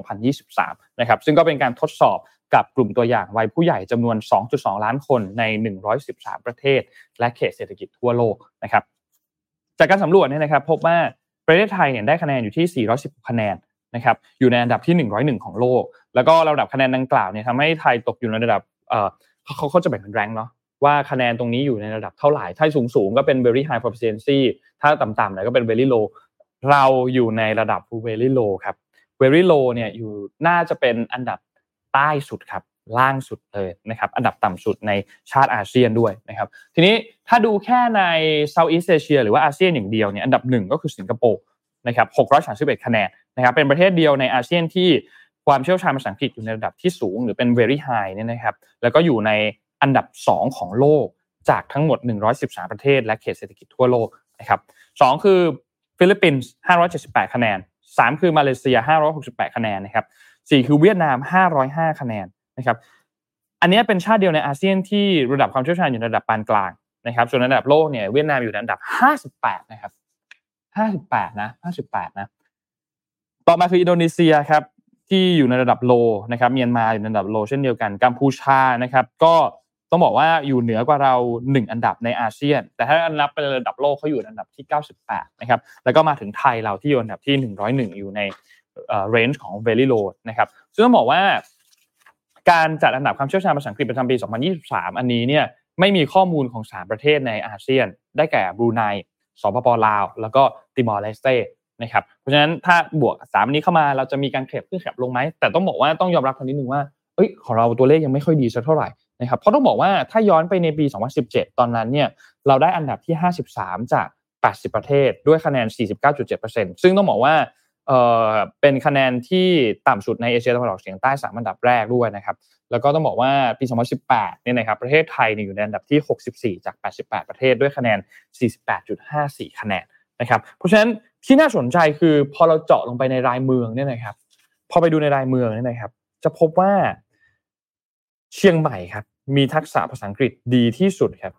[SPEAKER 2] 2023นะครับซึ่งก็เป็นการทดสอบกับกลุ่มตัวอย่างวัยผู้ใหญ่จำนวน 2.2 ล้านคนใน113ประเทศและเขตเศรษฐกิจทั่วโลกนะครับจากการสำรวจเนี่ยนะครับพบว่าประเทศไทยเนี่ยได้คะแนนอยู่ที่416คะแนนนะครับอยู่ในอันดับที่101ของโลกแล้วก็ระดับคะแนนดังกล่าวเนี่ยทำให้ไทยตกอยู่ในระดับเขาจะแบ่งเป็นแรงค์เนาะว่าคะแนนตรงนี้อยู่ในระดับเท่าไหร่ถ้าสูงก็เป็น very high proficiency ถ้าต่ำๆหน่อยก็เป็น very low เราอยู่ในระดับ very low ครับ very low เนี่ยอยู่น่าจะเป็นอันดับใต้สุดครับล่างสุดเลยนะครับอันดับต่ำสุดในชาติอาเซียนด้วยนะครับทีนี้ถ้าดูแค่ใน Southeast Asia หรือว่าอาเซียนอย่างเดียวเนี่ยอันดับ1ก็คือสิงคโปร์นะครับ631คะแนนนะครับเป็นประเทศเดียวในอาเซียนที่ความเชี่ยวชาญภาษาอังกฤษอยู่ในระดับที่สูงหรือเป็น very high เนี่ยนะครับแล้วก็อยู่ในอันดับ2ของโลกจากทั้งหมด113ประเทศและเขตเศรษฐกิจทั่วโลกนะครับ2คือฟิลิปปินส์578คะแนน3คือมาเลเซีย568คะแนนนะครับ4คือเวียดนาม505คะแนนนะครับอันนี้เป็นชาติเดียวในอาเซียนที่ระดับความเชี่ยวชาญอยู่ในระดับปานกลางนะครับส่วนระดับโลกเนี่ยเวียดนามอยู่ในอันดับ58นะครับ58นะต่อมาคืออินโดนีเซียครับที่อยู่ในระดับโลนะครับเมียนมาอยู่ในระดับโลเช่นเดียวกันกัมพูชานะครับก็ต้องบอกว่าอยู่เหนือกว่าเรา1อันดับในอาเซียนแต่ถ้านับเป็นระดับโลกเขาอยู่อันดับที่98นะครับแล้วก็มาถึงไทยเราที่อยู่อันดับที่101อยู่ในrange ของ very low นะครับซึ่งต้องบอกว่าการจัดอันดับความเชี่ยวชาญภาษาอังกฤษประจำปี2023อันนี้เนี่ยไม่มีข้อมูลของ3ประเทศในอาเซียนได้แก่บรูไนสปป.ลาวแล้วก็ติมอร์เลสเต้นะครับเพราะฉะนั้นถ้าบวก3นี้เข้ามาเราจะมีการขึ้นลงไหมแต่ต้องบอกว่าต้องยอมรับนิดนึงว่าของเราตัวเลขยังไม่ค่อยดีสักเท่าไหร่นะครับเพราะต้องบอกว่าถ้าย้อนไปในปี2017ตอนนั้นเนี่ยเราได้อันดับที่53จาก80ประเทศด้วยคะแนน 49.7% ซึ่งต้องบอกว่าเป็นคะแนนที่ต่ำสุดในเอเชียตะวันออกเฉียงใต้3อันดับแรกด้วยนะครับแล้วก็ต้องบอกว่าปี2018เนี่ยนะครับประเทศไทยอยู่ในอันดับที่64จาก88ประเทศด้วยคะแนน 48.54 คะแนนนะครับเพราะฉะนั้นที่น่าสนใจคือพอเราเจาะลงไปในรายเมืองเนี่ยนะครับพอไปดูในรายเมืองเนี่ยนะครับจะพบว่าเชียงใหม่ครับมีทักษะภาษาอังกฤษดีที่สุดครับ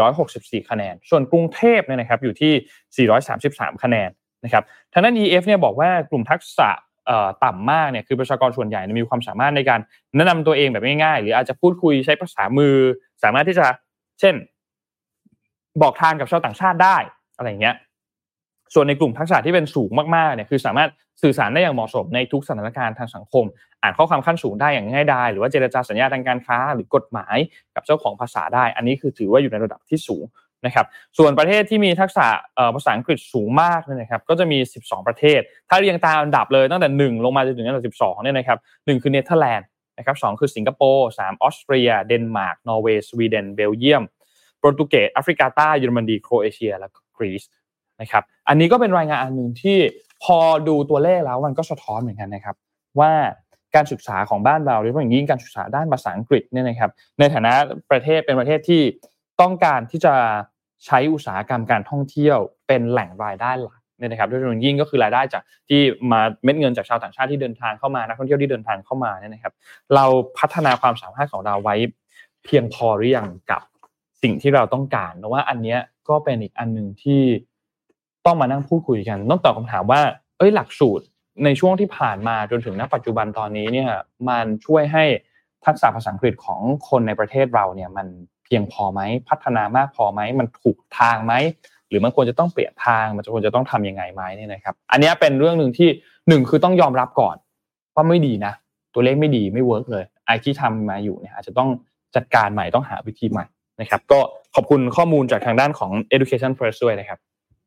[SPEAKER 2] 464คะแนนส่วนกรุงเทพเนี่ยนะครับอยู่ที่433คะแนนนะครับทางด้าน EF เนี่ยบอกว่ากลุ่มทักษะต่ำมากเนี่ยคือประชากรส่วนใหญ่มีความสามารถในการแนะนำตัวเองแบบง่ายๆหรืออาจจะพูดคุยใช้ภาษามือสามารถที่จะเช่นบอกทางกับชาวต่างชาติได้อะไรอย่างเงี้ยส่วนในกลุ่มทักษะที่เป็นสูงมากๆเนี่ยคือสามารถสื่อสารได้อย่างเหมาะสมในทุกสถานการณ์ทางสังคมอ่านข้อความขั้นสูงได้อย่างง่ายดายหรือว่าเจรจาสัญญาทางการค้าหรือกฎหมายกับเจ้าของภาษาได้อันนี้คือถือว่าอยู่ในระดับที่สูงนะครับส่วนประเทศที่มีทักษะภาษาอังกฤษสูงมากเนี่ยนะครับก็จะมี12ประเทศถ้าเรียงตามอันดับเลยตั้งแต่1ลงมาจนถึงอันดับ12เนี่ยนะครับ1คือเนเธอร์แลนด์นะครับ2คือสิงคโปร์3ออสเตรียเดนมาร์กนอร์เวย์สวีเดนเบลเยียมโปรตุเกสแอฟริกาใต้เยอรมนีโครเอเชียและกรีซนะครับอันนี้ก็เป็นรายงานอันนึงที่พอดูตัวเลขแล้วมันก็สะท้อนเหมือนกันนะครับว่าการศึกษาของบ้านเราโดยเฉพาะอย่างยิ่งการศึกษาด้านภาษาอังกฤษเนี่ยนะครับในฐานะประเทศเป็นประเทศที่ต้องการที่จะใช้อุตสาหกรรมการท่องเที่ยวเป็นแหล่งรายได้หลักเนี่ยนะครับโดยเฉพาะอย่างยิ่งก็คือรายได้จากที่มาเม็ดเงินจากชาวต่างชาติที่เดินทางเข้ามานักท่องเที่ยวที่เดินทางเข้ามาเนี่ยนะครับเราพัฒนาความสามารถของเราไว้เพียงพอหรือยังกับสิ่งที่เราต้องการเพราะว่าอันนี้ก็เป็นอีกอันนึงที่ต้องมานั่งพูดคุยกันต้องตอบคำถามว่าหลักสูตรในช่วงที่ผ่านมาจนถึงณปัจจุบันตอนนี้เนี่ยมันช่วยให้ทักษะภาษาอังกฤษของคนในประเทศเราเนี่ยมันเพียงพอไหมพัฒนามากพอไหมมันถูกทางไหมหรือมันควรจะต้องเปลี่ยนทางมันควรจะต้องทำยังไงไหมเนี่ยนะครับอันนี้เป็นเรื่องนึงที่1คือต้องยอมรับก่อนว่าไม่ดีนะตัวเลขไม่ดีไม่เวิร์กเลยไอ้ที่ทำมาอยู่เนี่ยอาจจะต้องจัดการใหม่ต้องหาวิธีใหม่นะครับก็ขอบคุณข้อมูลจากทางด้านของ Education First ด้วยนะครับ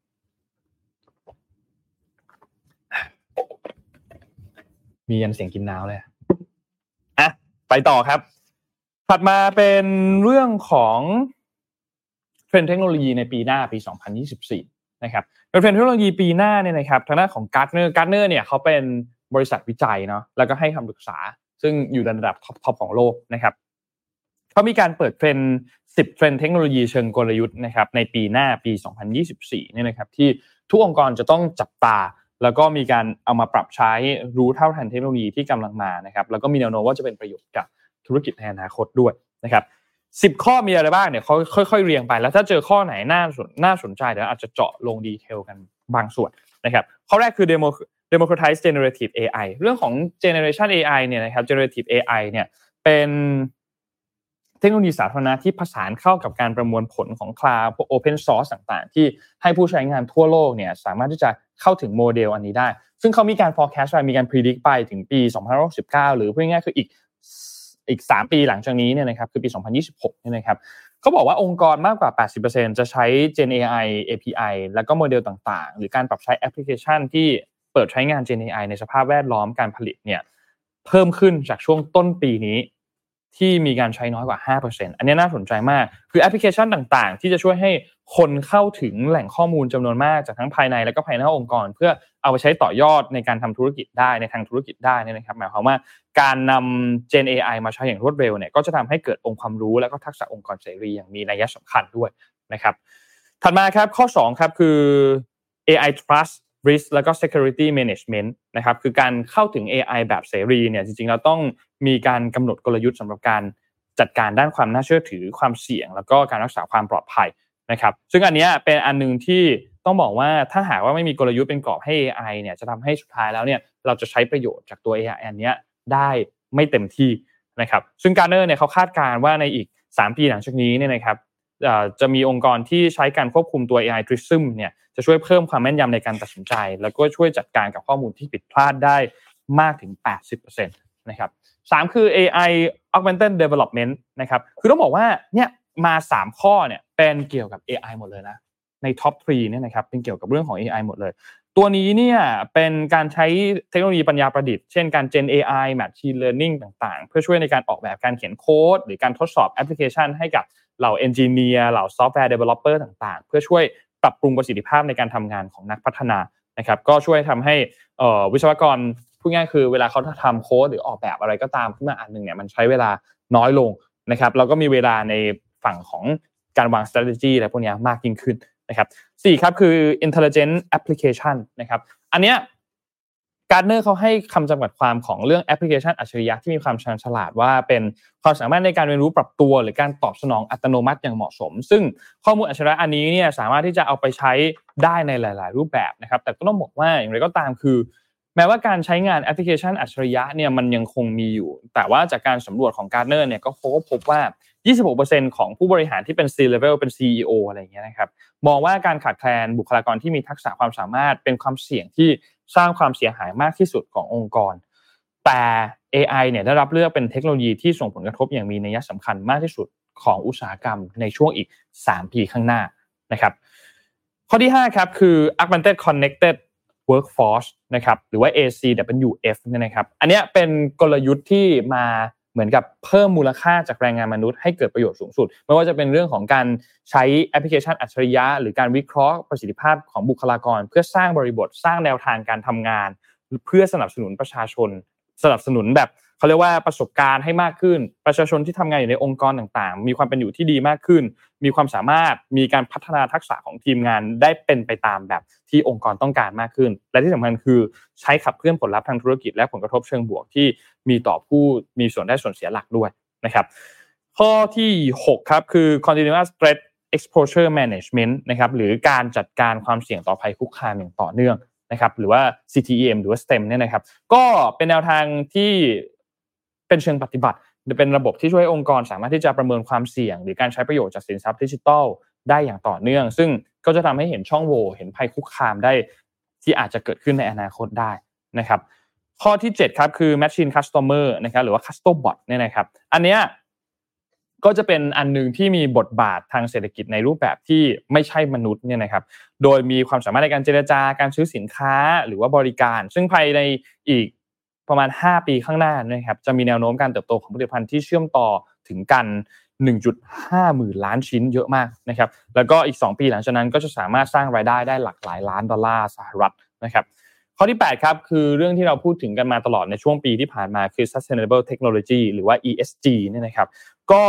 [SPEAKER 2] มียันเสียงกินน้ำเลยไปต่อครับถัดมาเป็นเรื่องของเทรนด์เทคโนโลยีในปีหน้าปี2024นะครับโดยเทรนด์เทคโนโลยีปีหน้าเนี่ยนะครับทางด้านของ Gartner เนี่ยเขาเป็นบริษัทวิจัยเนาะแล้วก็ให้คำปรึกษาซึ่งอยู่ในระดับท็อปของโลกนะครับเขามีการเปิดเทรนด์10เทรนด์เทคโนโลยีเชิงกลยุทธ์นะครับในปีหน้าปี2024เนี่ยนะครับที่ทุกองค์กรจะต้องจับตาแล้วก็มีการเอามาปรับใช้รู้เท่าทันเทคโนโลยีที่กำลังมานะครับแล้วก็มีแนวโน้มว่าจะเป็นประโยชน์กับธุรกิจในอนาคตด้วยนะครับ10ข้อมีอะไรบ้างเนี่ยเขาค่อยๆเรียงไปแล้วถ้าเจอข้อไหนน่าสนใจเดี๋ยวอาจจะเจาะลงดีเทลกันบางส่วนนะครับข้อแรกคือ democratize generative AI เรื่องของ generation AI เนี่ยนะครับ generative AI เนี่ยเป็นเทคโนโลยีสาธารณะที่ผสานเข้ากับการประมวลผลของ cloud พวก open source ต่างๆที่ให้ผู้ใช้งานทั่วโลกเนี่ยสามารถที่จะเข้าถึงโมเดลอันนี้ได้ซึ่งเขามีการ forecast ไปมีการ predict ไปถึงปี2069หรือพูดง่ายๆคืออีก3ปีหลังจากนี้เนี่ยนะครับคือปี2026เนี่ยนะครับเขาบอกว่าองค์กรมากกว่า 80% จะใช้ Gen AI API แล้วก็โมเดลต่างๆหรือการปรับใช้แอปพลิเคชันที่เปิดใช้งาน Gen AI ในสภาพแวดล้อมการผลิตเนี่ยเพิ่มขึ้นจากช่วงต้นปีนี้ที่มีการใช้น้อยกว่า 5% อันนี้น่าสนใจมากคือแอปพลิเคชันต่างๆที่จะช่วยให้คนเข้าถึงแหล่งข้อมูลจำนวนมากจากทั้งภายในและก็ภายนอกองค์กรเพื่อเอาไปใช้ต่อยอดในการทำธุรกิจได้ในทางธุรกิจได้นะครับหมายความว่าการนำ Gen AI มาใช้อย่างรวดเร็วเนี่ยก็จะทำให้เกิดองค์ความรู้และก็ทักษะองค์กรเสรีอย่างมีนัยสำคัญด้วยนะครับถัดมาครับข้อ2ครับคือ AI Trust Risk แล้วก็ Security Management นะครับคือการเข้าถึง AI แบบเสรีเนี่ยจริงๆเราต้องมีการกำหนดกลยุทธ์สำหรับการจัดการด้านความน่าเชื่อถือความเสี่ยงแล้วก็การรักษาความปลอดภัยนะครับซึ่งอันนี้เป็นอันนึงที่ต้องบอกว่าถ้าหากว่าไม่มีกลยุทธ์เป็นกรอบให้ AI เนี่ยจะทำให้สุดท้ายแล้วเนี่ยเราจะใช้ประโยชน์จากตัว AI อันนี้ได้ไม่เต็มที่นะครับซึ่ง Gartner เนี่ยเขาคาดการณ์ว่าในอีก3ปีหลังจากนี้เนี่ยนะครับจะมีองค์กรที่ใช้การควบคุมตัว AI Prism เนี่ยจะช่วยเพิ่มความแม่นยำในการตัดสินใจแล้วก็ช่วยจัดการกับข้อมูลที่ผิดพลาดได้มากถึง 80% นะครับ3คือ AI Augmented Development นะครับคือต้องบอกว่าเนี่ยมา3ข้อเนี่ยเป็นเกี่ยวกับ AI หมดเลยนะในท็อป3เนี่ยนะครับเป็นเกี่ยวกับเรื่องของ AI หมดเลยตัวนี้เนี่ยเป็นการใช้เทคโนโลยีปัญญาประดิษฐ์เช่นการ Gen AI Machine Learning ต่างๆเพื่อช่วยในการออกแบบการเขียนโค้ดหรือการทดสอบแอปพลิเคชันให้กับเหล่า Engineer เหล่า Software Developer ต่างๆเพื่อช่วยปรับปรุงประสิทธิภาพในการทำงานของนักพัฒนานะครับก็ช่วยทำให้วิศวกรพูดง่ายคือเวลาเขาทำโค้ดหรือออกแบบอะไรก็ตามขึ้นมาอันนึงเนี่ยมันใช้เวลาน้อยลงนะครับแล้วก็มีเวลาในฝั่งของการวาง strategy อะไรพวกนี้มากยิ่งขึ้นนะครับ4ครับคือ intelligent application นะครับอันเนี้ย Gartner เขาให้คำจำกัดความของเรื่องแอปพลิเคชันอัจฉริยะที่มีความชาญฉลาดว่าเป็นความสามารถในการเรียนรู้ปรับตัวหรือการตอบสนองอัตโนมัติอย่างเหมาะสมซึ่งข้อมูลอัจฉริยะอันนี้เนี่ยสามารถที่จะเอาไปใช้ได้ในหลายๆรูปแบบนะครับแต่ก็ต้องบอกว่าอย่างไรก็ตามคือแม้ว่าการใช้งานแอปพลิเคชันอัจฉริยะเนี่ยมันยังคงมีอยู่แต่ว่าจากการสำรวจของ Gartner เนี่ยก็พบว่า 26% ของผู้บริหารที่เป็น C-level เป็น CEO อะไรอย่างเงี้ยนะครับมองว่าการขาดแคลนบุคลากรที่มีทักษะความสามารถเป็นความเสี่ยงที่สร้างความเสียหายมากที่สุดขององค์กรแต่ AI เนี่ยได้รับเลือกเป็นเทคโนโลยีที่ส่งผลกระทบอย่างมีนัยสำคัญมากที่สุดของอุตสาหกรรมในช่วงอีก3ปีข้างหน้านะครับข้อที่5ครับคือ Augmented Connected Workforce นะครับหรือว่า ACWF เนี่ยนะครับอันนี้เป็นกลยุทธ์ที่มาเหมือนกับเพิ่มมูลค่าจากแรงงานมนุษย์ให้เกิดประโยชน์สูงสุดไม่ว่าจะเป็นเรื่องของการใช้แอปพลิเคชันอัจฉริยะหรือการวิเคราะห์ประสิทธิภาพของบุคลากรเพื่อสร้างบริบทสร้างแนวทางการทำงานเพื่อสนับสนุนประชาชนสนับสนุนแบบเขาเรียกว่าประสบการณ์ให้มากขึ้นประชาชนที่ทำงานอยู่ในองค์กรต่างๆมีความเป็นอยู่ที่ดีมากขึ้นมีความสามารถมีการพัฒนาทักษะของทีมงานได้เป็นไปตามแบบที่องค์กรต้องการมากขึ้นและที่สำคัญคือใช้ขับเคลื่อนผลลัพธ์ทางธุรกิจและผลกระทบเชิงบวกที่มีต่อผู้มีส่วนได้ส่วนเสียหลักด้วยนะครับข้อที่6ครับคือ continuous threat exposure management นะครับหรือการจัดการความเสี่ยงต่อภัยคุกคามอย่างต่อเนื่องนะครับหรือว่า CTEM หรือว่า STEM เนี่ยนะครับก็เป็นแนวทางที่เป็นเชิงปฏิบัติเป็นระบบที่ช่วยองค์กรสามารถที่จะประเมินความเสี่ยงหรือการใช้ประโยชน์จากสินทรัพย์ดิจิทัลได้อย่างต่อเนื่องซึ่งก็จะทำให้เห็นช่องโหว่เห็นภัยคุกคามได้ที่อาจจะเกิดขึ้นในอนาคตได้นะครับข้อที่7ครับคือ Machine Customer นะครับหรือว่า Custobot เนี่ยนะครับอันเนี้ยก็จะเป็นอันนึงที่มีบทบาททางเศรษฐกิจในรูปแบบที่ไม่ใช่มนุษย์เนี่ยนะครับโดยมีความสามารถในการเจรจาการซื้อสินค้าหรือว่าบริการซึ่งภายในอีกประมาณ5ปีข้างหน้านะครับจะมีแนวโน้มการเติบโตของผลิตภัณฑ์ที่เชื่อมต่อถึงกัน 1.5 หมื่นล้านชิ้นเยอะมากนะครับแล้วก็อีก2ปีหลังจากนั้นก็จะสามารถสร้างรายได้ได้หลักหลายล้านดอลลาร์สหรัฐนะครับข้อที่8ครับคือเรื่องที่เราพูดถึงกันมาตลอดในช่วงปีที่ผ่านมาคือ Sustainable Technology หรือว่า ESG เนี่ยนะครับก็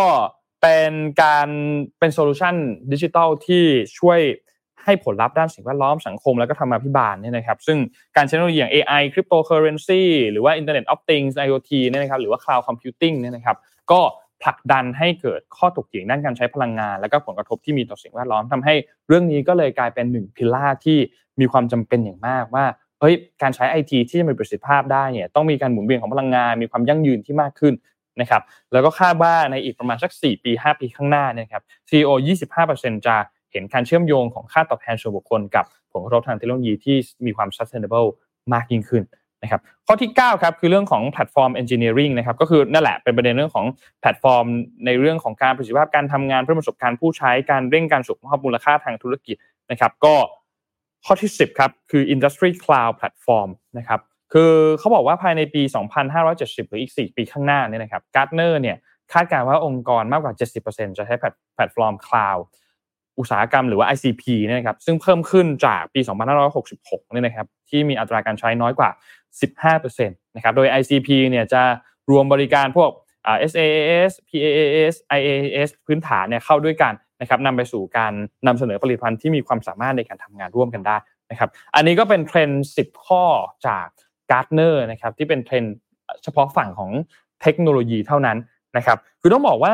[SPEAKER 2] เป็นโซลูชันดิจิทัลที่ช่วยให้ผลลัพธ์ด้านสิ่งแวดล้อมสังคมและก็ธรรมาภิบาลเนี่ยนะครับซึ่งการใช้เทคโนโลยีอย่าง AI Cryptocurrency หรือว่า Internet of Things IoT เนี่ยนะครับหรือว่า Cloud Computing เนี่ยนะครับก็ผลักดันให้เกิดข้อถกเถียงด้านการใช้พลังงานและก็ผลกระทบที่มีต่อสิ่งแวดล้อมทำให้เรื่องนี้ก็เลยกลายเป็น1พิลล่าที่มีความจำเป็นอย่างมากว่าการใช้ IT ที่จะมีประสิทธิภาพได้เนี่ยต้องมีการหมุนเวียนของพลังงานมีความยั่งยืนที่มากขึ้นนะครับแล้วก็คาดว่าในอีกประมาณสัก4ปี5ปีข้างหน้าเนี่ยครับ CEO 25% จะเห็นการเชื่อมโยงของค่าตอบแทนส่วนบุคคลกับผลกระทบทางเทคโนโลยีที่มีความ sustainable มากยิ่งขึ้นนะครับข้อที่9ครับคือเรื่องของ platform engineering นะครับก็คือนั่นแหละเป็นประเด็นเรื่องของแพลตฟอร์มในเรื่องของการประสิทธิภาพการทำงานเพื่อประสบการณ์ผู้ใช้การเร่งการส่งมอบมูลค่าทางธุรกิจนะครับก็ข้อที่10ครับคือ industry cloud platform นะครับคือเขาบอกว่าภายในปี 2570 หรืออีก4ปีข้างหน้าเนี่ยนะครับ Gartner เนี่ยคาดการณ์ว่าองค์กรมากกว่า 70% จะใช้แพลตฟอร์มคลาวด์อุตสาหกรรมหรือว่า ICP เนี่ยนะครับซึ่งเพิ่มขึ้นจากปี2566เนี่ยนะครับที่มีอัตราการใช้น้อยกว่า 15% นะครับโดย ICP เนี่ยจะรวมบริการพวกSaaS PaaS IaaS พื้นฐานเนี่ยเข้าด้วยกันนะครับนำไปสู่การนำเสนอผลิตภัณฑ์ที่มีความสามารถในการทำงานร่วมกันได้นะครับอันนี้ก็เป็นเทรนด์10ข้อจาก Gartner นะครับที่เป็นเทรนด์เฉพาะฝั่งของเทคโนโลยีเท่านั้นนะครับคือต้องบอกว่า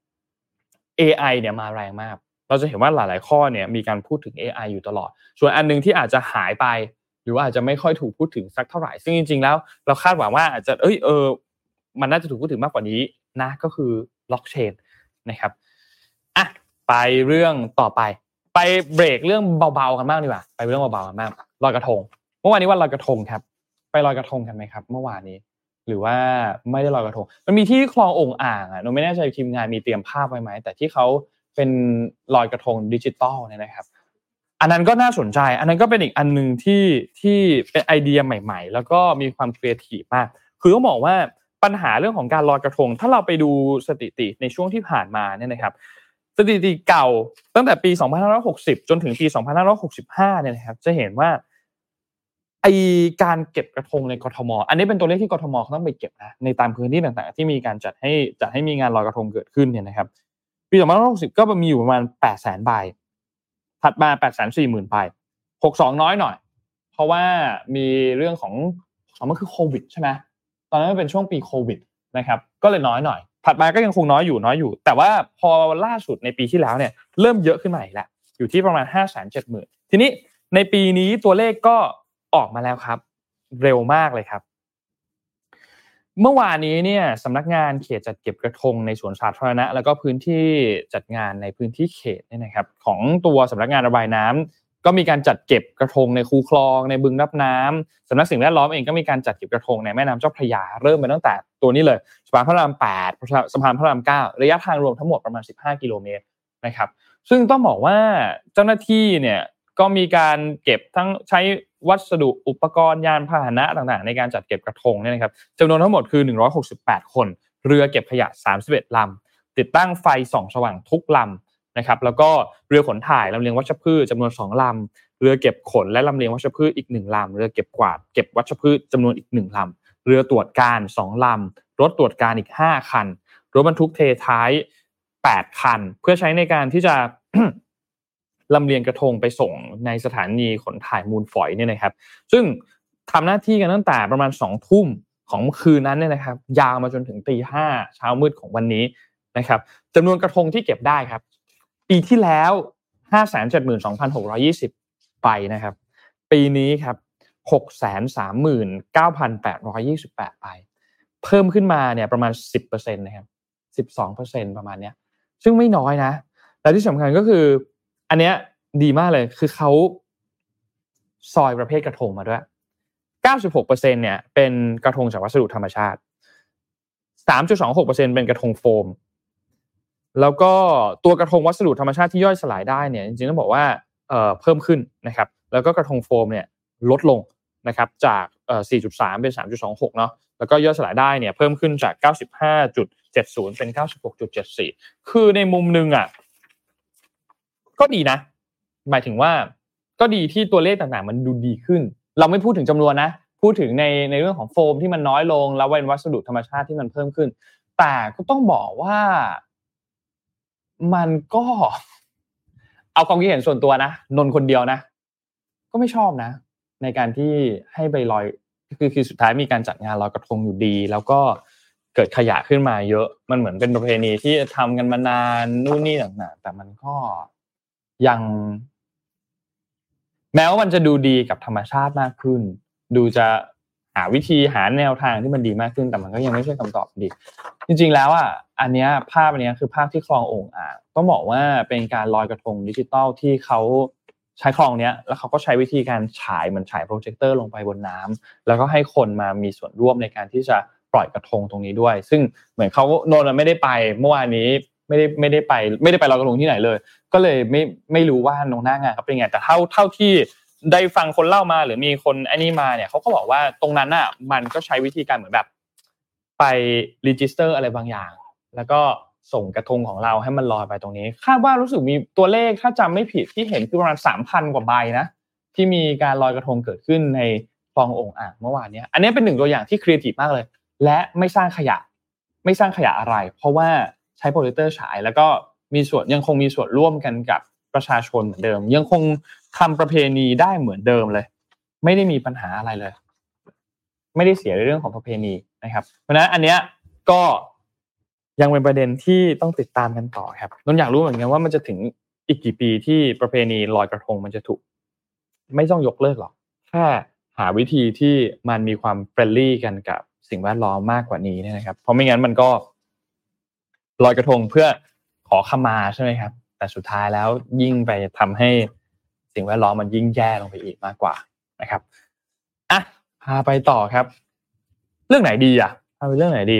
[SPEAKER 2] AI เนี่ยมาแรงมากเราจะเห็นว่าหลายๆข้อเนี่ยมีการพูดถึง AI อยู่ตลอดส่วนอันนึงที่อาจจะหายไปหรือว่าอาจจะไม่ค่อยถูกพูดถึงสักเท่าไหร่ซึ่งจริงๆแล้วเราคาดหวังว่าอาจจะมันน่าจะถูกพูดถึงมากกว่านี้นะก็คือบล็อกเชนนะครับอ่ะไปเรื่องต่อไปเบรกเรื่องเบาๆกันบ้างดีกว่าไปเรื่องเบาๆกันบ้างลอยกระทงเมื่อวานนี้วันลอยกระทงครับไปลอยกระทงกันไหมครับเมื่อวานนี้หรือว่าไม่ได้ลอยกระทงมันมีที่คลององอ่างอ่ะเราไม่แน่ใจทีมงานมีเตรียมภาพไว้ไหมแต่ที่เขาเป็นลอยกระทงดิจิตอลเนี่ยนะครับอันนั้นก็น่าสนใจอันนั้นก็เป็นอีกอันนึงที่เป็นไอเดียใหม่ๆแล้วก็มีความครีเอทีฟมากคือต้องบอกว่าปัญหาเรื่องของการลอยกระทงถ้าเราไปดูสถิติในช่วงที่ผ่านมาเนี่ยนะครับสถิติเก่าตั้งแต่ปี2560จนถึงปี2565เนี่ยนะครับจะเห็นว่าไอ้การเก็บกระทงในกทมอันนี้เป็นตัวเลขที่กทมเขาต้องไปเก็บนะในตามพื้นที่ต่างๆที่มีการจัดให้มีงานลอยกระทงเกิดขึ้นเนี่ยนะครับปี2560ก็มีอยู่ประมาณ 800,000 ใบถัดมา 840,000 ใบ62น้อยหน่อยเพราะว่ามีเรื่องของมันคือโควิดใช่ไหมตอนนั้นมันเป็นช่วงปีโควิดนะครับก็เลยน้อยหน่อยถัดมาก็ยังคงน้อยอยู่แต่ว่าพอล่าสุดในปีที่แล้วเนี่ยเริ่มเยอะขึ้นมาอีกแล้วอยู่ที่ประมาณ 570,000 ทีนี้ในปีนี้ตัวเลขก็ออกมาแล้วครับเร็วมากเลยครับเมื่อวานนี้เนี่ยสำนักงานเขตจัดเก็บกระทงในสวนสาธารณะแล้วก็พื้นที่จัดงานในพื้นที่เขตเนี่ยนะครับของตัวสำนักงานระบายน้ำก็มีการจัดเก็บกระทงในคูคลองในบึงรับน้ำสำนักสิ่งแวดล้อมเองก็มีการจัดเก็บกระทงในแม่น้ำเจ้าพระยาเริ่มไปตั้งแต่ตัวนี้เลยสะพานพระราม8สะพานพระราม9ระยะทางรวมทั้งหมดประมาณ15กิโลเมตรนะครับซึ่งต้องบอกว่าเจ้าหน้าที่เนี่ยก็มีการเก็บทั้งใช้วัสดุอุปกรณ์ยานพาหนะต่างๆในการจัดเก็บกระทงเนี่ยนะครับจำนวนทั้งหมดคือ168คนเรือเก็บขยะ31ลำติดตั้งไฟส่องสว่างทุกลำนะครับแล้วก็เรือขนถ่ายลำเลียงวัชพืชจำนวน2ลำเรือเก็บขนและลำเลียงวัชพืชอีก1ลำเรือเก็บกวาดเก็บวัชพืชจำนวนอีก1ลำเรือตรวจการ2ลำรถตรวจการอีก5คันรถบรรทุกเทท้าย8คันเพื่อใช้ในการที่จะ ลำเลียงกระทงไปส่งในสถานีขนถ่ายมูลฝอยเนี่ยนะครับซึ่งทำหน้าที่กันตั้งแต่ประมาณ 20:00 นของคืนนั้นเนี่ยนะครับยาวมาจนถึง 5:00 นเช้ามืดของวันนี้นะครับจำนวนกระทงที่เก็บได้ครับปีที่แล้ว 572,620 ใบนะครับปีนี้ครับ 639,828 ใบเพิ่มขึ้นมาเนี่ยประมาณ 10% นะครับ 12% ประมาณเนี้ยซึ่งไม่น้อยนะและที่สำคัญก็คืออันเนี้ยดีมากเลยคือเขาซอยประเภทกระทงมาด้วย 96% เนี่ยเป็นกระทงจากวัสดุธรรมชาติ 3.26% เป็นกระทงโฟมแล้วก็ตัวกระทงวัสดุธรรมชาติที่ย่อยสลายได้เนี่ยจริงๆต้องบอกว่าเพิ่มขึ้นนะครับแล้วก็กระทงโฟมเนี่ยลดลงนะครับจาก4.3 เป็น 3.26 เนาะแล้วก็ย่อยสลายได้เนี่ยเพิ่มขึ้นจาก 95.70 เป็น 96.74 คือในมุมนึงอ่ะก็ดีนะหมายถึงว่าก็ดีที่ตัวเลขต่างๆมันดูดีขึ้นเราไม่พูดถึงจำนวนนะพูดถึงในเรื่องของโฟมที่มันน้อยลงแล้วเป็นวัสดุธรรมชาติที่มันเพิ่มขึ้นแต่ก็ต้องบอกว่ามันก็เอาความคิดเห็นส่วนตัวนะนนคนเดียวนะก็ไม่ชอบนะในการที่ให้ไปลอยคือสุดท้ายมีการจัดงานลอยกระทงอยู่ดีแล้วก็เกิดขยะขึ้นมาเยอะมันเหมือนเป็นประเพณีที่ทำกันมานานนู่นนี่ต่างๆแต่มันก็ยังแม้ว่ามันจะดูดีกับธรรมชาติมากขึ้นดูจะหาวิธีหาแนวทางที่มันดีมากขึ้นแต่มันก็ยังไม่ใช่คำตอบดีจริงๆแล้วอ่ะอันเนี้ยภาพอันเนี้ยคือภาพที่คลองโอ่งอ่างต้องบอกว่าเป็นการลอยกระทงดิจิตอลที่เขาใช้คลองเนี้ยแล้วเขาก็ใช้วิธีการฉายเหมือนฉายโปรเจคเตอร์ลงไปบนน้ำแล้วก็ให้คนมามีส่วนร่วมในการที่จะปล่อยกระทงตรงนี้ด้วยซึ่งเหมือนเขาโนนไม่ได้ไปเมื่อวานนี้ไม่ได้ไปลอยกระทงที่ไหนเลยก็เลยไม่รู้ว่าตรงหน้างานเขาเป็นไงแต่เท่าที่ได้ฟังคนเล่ามาหรือมีคนไอ้นี่มาเนี่ยเขาก็บอกว่าตรงนั้นน่ะมันก็ใช้วิธีการเหมือนแบบไปรีจิสเตอร์อะไรบางอย่างแล้วก็ส่งกระทงของเราให้มันลอยไปตรงนี้คาดว่ารู้สึกมีตัวเลขถ้าจำไม่ผิดที่เห็นคือประมาณ 3,000 กว่าใบนะที่มีการลอยกระทงเกิดขึ้นในคลองโอ่งอ่างเมื่อวานนี้อันนี้เป็นหนึ่งตัวอย่างที่ครีเอทีฟมากเลยและไม่สร้างขยะอะไรเพราะว่าใช้โปรเจคเตอร์ฉายแล้วก็ยังคงมีส่วนร่วมกันกับประชาชนเหมือนเดิมยังคงทำประเพณีได้เหมือนเดิมเลยไม่ได้มีปัญหาอะไรเลยไม่ได้เสียในเรื่องของประเพณีนะครับเพราะฉะนั้นอันเนี้ยก็ยังเป็นประเด็นที่ต้องติดตามกันต่อครับนนอยากรู้เหมือนกันว่ามันจะถึงอีกกี่ปีที่ประเพณีลอยกระทงมันจะถูกไม่ต้องยกเลิกหรอกแค่หาวิธีที่มันมีความเฟรนลี่กันกับสิ่งแวดล้อมมากกว่านี้นะครับเพราะไม่งั้นมันก็ลอยกระทงเพื่อขอขมาใช่ไหมครับแต่สุดท้ายแล้วยิ่งไปทำให้สิ่งแวดล้อมมันยิ่งแย่ลงไปอีกมากกว่านะครับอ่ะพาไปต่อครับเรื่องไหนดีอ่ะพาไปเรื่องไหนดี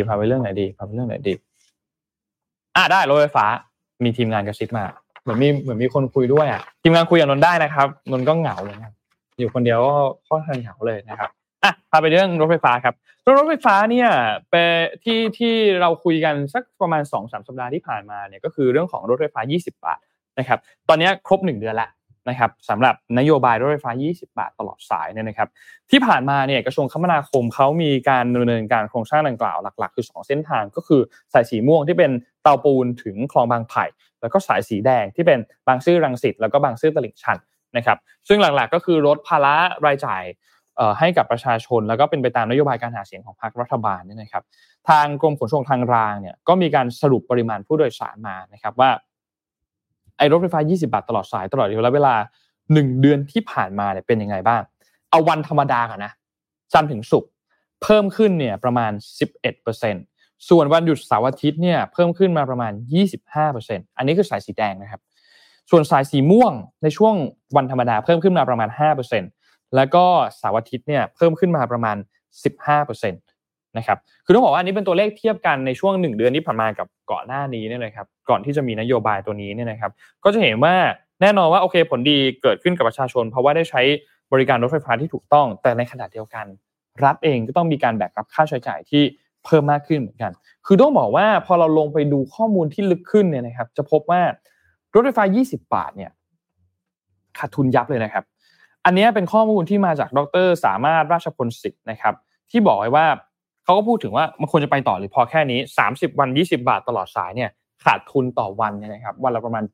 [SPEAKER 2] ได้รถไฟฟ้ามีทีมงานกระซิบมาเหมือนมีคนคุยด้วยอ่ะทีมงานคุยกับนนท์ได้นะครับนนท์ก็เหงาเลยครับอยู่คนเดียวก็ค่อนข้างเหงาเลยนะครับอ่ะพาไปเรื่องรถไฟฟ้าครับรถไฟฟ้าเนี่ยเป็นที่เราคุยกันสักประมาณ 2-3 สัปดาห์ที่ผ่านมาเนี่ยก็คือเรื่องของรถไฟฟ้า20 บาทนะครับตอนนี้ครบ1เดือนแล้วนะครับสำหรับนโยบายรถไฟฟ้า20 บาทตลอดสายเนี่ยนะครับที่ผ่านมาเนี่ยกระทรวงคมนาคมเขามีการดำเนินการโครงสร้างดังกล่าวหลักๆคือ2เส้นทางก็คือสายสีม่วงที่เป็นเตาปูนถึงคลองบางไผ่แล้วก็สายสีแดงที่เป็นบางซื่อรังสิตแล้วก็บางซื่อตลิ่งชันนะครับซึ่งหลักๆก็คือลดภาระรายจ่ายให้กับประชาชนแล้วก็เป็นไปตามนโยบายการหาเสียงของพรรครัฐบาลนี่นะครับทางกรมขนส่งทางรางเนี่ยก็มีการสรุปปริมาณผู้โดยสารมานะครับว่ารถไฟฟ้า20 บาทตลอดสายตลอดระยะเวลา1เดือนที่ผ่านมาเนี่ยเป็นยังไงบ้างเอาวันธรรมดาก่อนนะจันทร์ถึงศุกร์เพิ่มขึ้นเนี่ยประมาณ 11% ส่วนวันหยุดเสาร์อาทิตย์เนี่ยเพิ่มขึ้นมาประมาณ 25% อันนี้คือสายสีแดงนะครับส่วนสายสีม่วงในช่วงวันธรรมดาเพิ่มขึ้นมาประมาณ 5% แล้วก็เสาร์อาทิตย์เนี่ยเพิ่มขึ้นมาประมาณ 15% นะครับคือต้องบอกว่าอันนี้เป็นตัวเลขเทียบกันในช่วง1เดือนที่ผ่านมากับก่อนหน้านี้เนี่ยนะครับก่อนที่จะมีนโยบายตัวนี้เนี่ยนะครับก็จะเห็นว่าแน่นอนว่าโอเคผลดีเกิดขึ้นกับประชาชนเพราะว่าได้ใช้บริการรถไฟฟ้าที่ถูกต้องแต่ในขณะเดียวกันรัฐเองก็ต้องมีการแบกรับค่าใช้จ่ายที่เพิ่มมากขึ้นเหมือนกันคือต้องบอกว่าพอเราลงไปดูข้อมูลที่ลึกขึ้นเนี่ยนะครับจะพบว่ารถไฟฟ้า20 บาทเนี่ยขาดทุนยับเลยนะครับอันนี้เป็นข้อมูลที่มาจากดร.สามารถราชพลสิทธิ์นะครับที่บอกไว้ว่าเขาก็พูดถึงว่ามันควรจะไปต่อหรือพอแค่นี้30วัน20 บาทตลอดสายเนี่ยขาดทุนต่อวันเนี่ยนะครับวันละประมาณ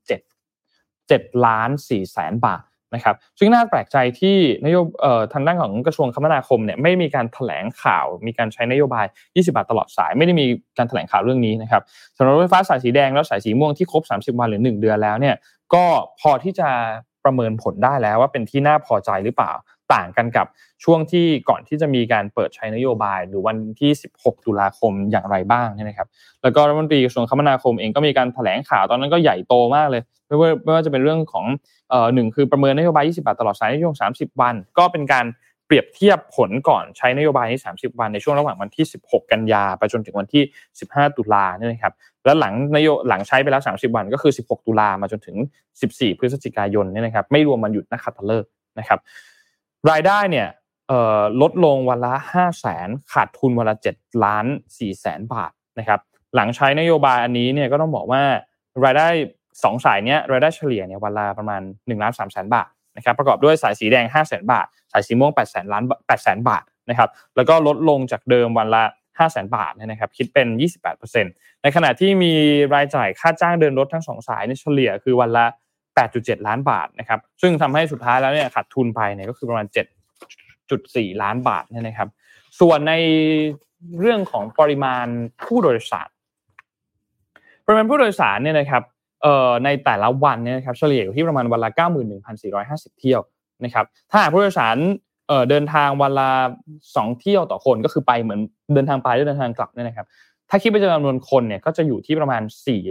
[SPEAKER 2] 7.4 ล้านบาทนะครับซึ่งน่าแปลกใจที่ทางด้านของกระทรวงคมนาคมเนี่ยไม่มีการแถลงข่าวมีการใช้นโยบาย20 บาทตลอดสายไม่ได้มีการแถลงข่าวเรื่องนี้นะครับสำหรับรถไฟฟ้าสายสีแดงแล้วสายสีม่วงที่ครบ30วันหรือ1เดือนแล้วเนี่ยก็พอที่จะประเมินผลได้แล้วว่าเป็นที่น่าพอใจหรือเปล่าต่างกันกับช่วงที่ก่อนที่จะมีการเปิดใช้นโยบายหรือวันที่16ตุลาคมอย่างไรบ้างนะครับแล้วก็รัฐมนตรีกระทรวงคมนาคมเองก็มีการแถลงข่าวตอนนั้นก็ใหญ่โตมากเลยไม่ว่าจะเป็นเรื่องของ1คือประเมินนโยบาย20 บาทตลอดสายในช่วง30วันก็เป็นการเปรียบเทียบผลก่อนใช้นโยบายนี้30วันในช่วงระหว่างวันที่16กันยาไปจนถึงวันที่15ตุลาเนี่ยนะครับแล้วหลังใช้ไปแล้ว30วันก็คือ16ตุลามาจนถึง14พฤศจิกายนเนี่ยนะครับไม่รวมวันหยุดนักขัตฤกษ์นะครับรายได้เนี่ยลดลงวันละ500,000ขาดทุนวันละ7.4 ล้านบาทนะครับหลังใช้นโยบายอันนี้เนี่ยก็ต้องบอกว่ารายได้2สายเนี้ยรายได้เฉลี่ยเนี่ยวันละประมาณ 1,300,000 บาทนะครับประกอบด้วยสายสีแดง 500,000 บาทสายสีม่วง 800,000 บาทนะครับแล้วก็ลดลงจากเดิมวันละ 500,000 บาทนะครับคิดเป็น 28% ในขณะที่มีรายจ่ายค่าจ้างเดินรถทั้ง2สายเนี่ยเฉลี่ยคือวันละ 8.7 ล้านบาทนะครับซึ่งทำให้สุดท้ายแล้วเนี่ยขาดทุนไปเนี่ยก็คือประมาณ7.4 ล้านบาทเนี่ยนะครับส่วนในเรื่องของปริมาณผู้โดยสารเนี่ยนะครับในแต่ละวันเนี่ยนะครับเฉลี่ยอยู่ที่ประมาณวันละ 91,450 เที่ยวนะครับถ้าหากผู้โดยสารเดินทางวันละ2เที่ยวต่อคนก็คือไปเหมือนเดินทางไปและเดินทางกลับเนี่ยนะครับถ้าคิดเป็นจำนวนคนเนี่ยก็จะอยู่ที่ประมาณ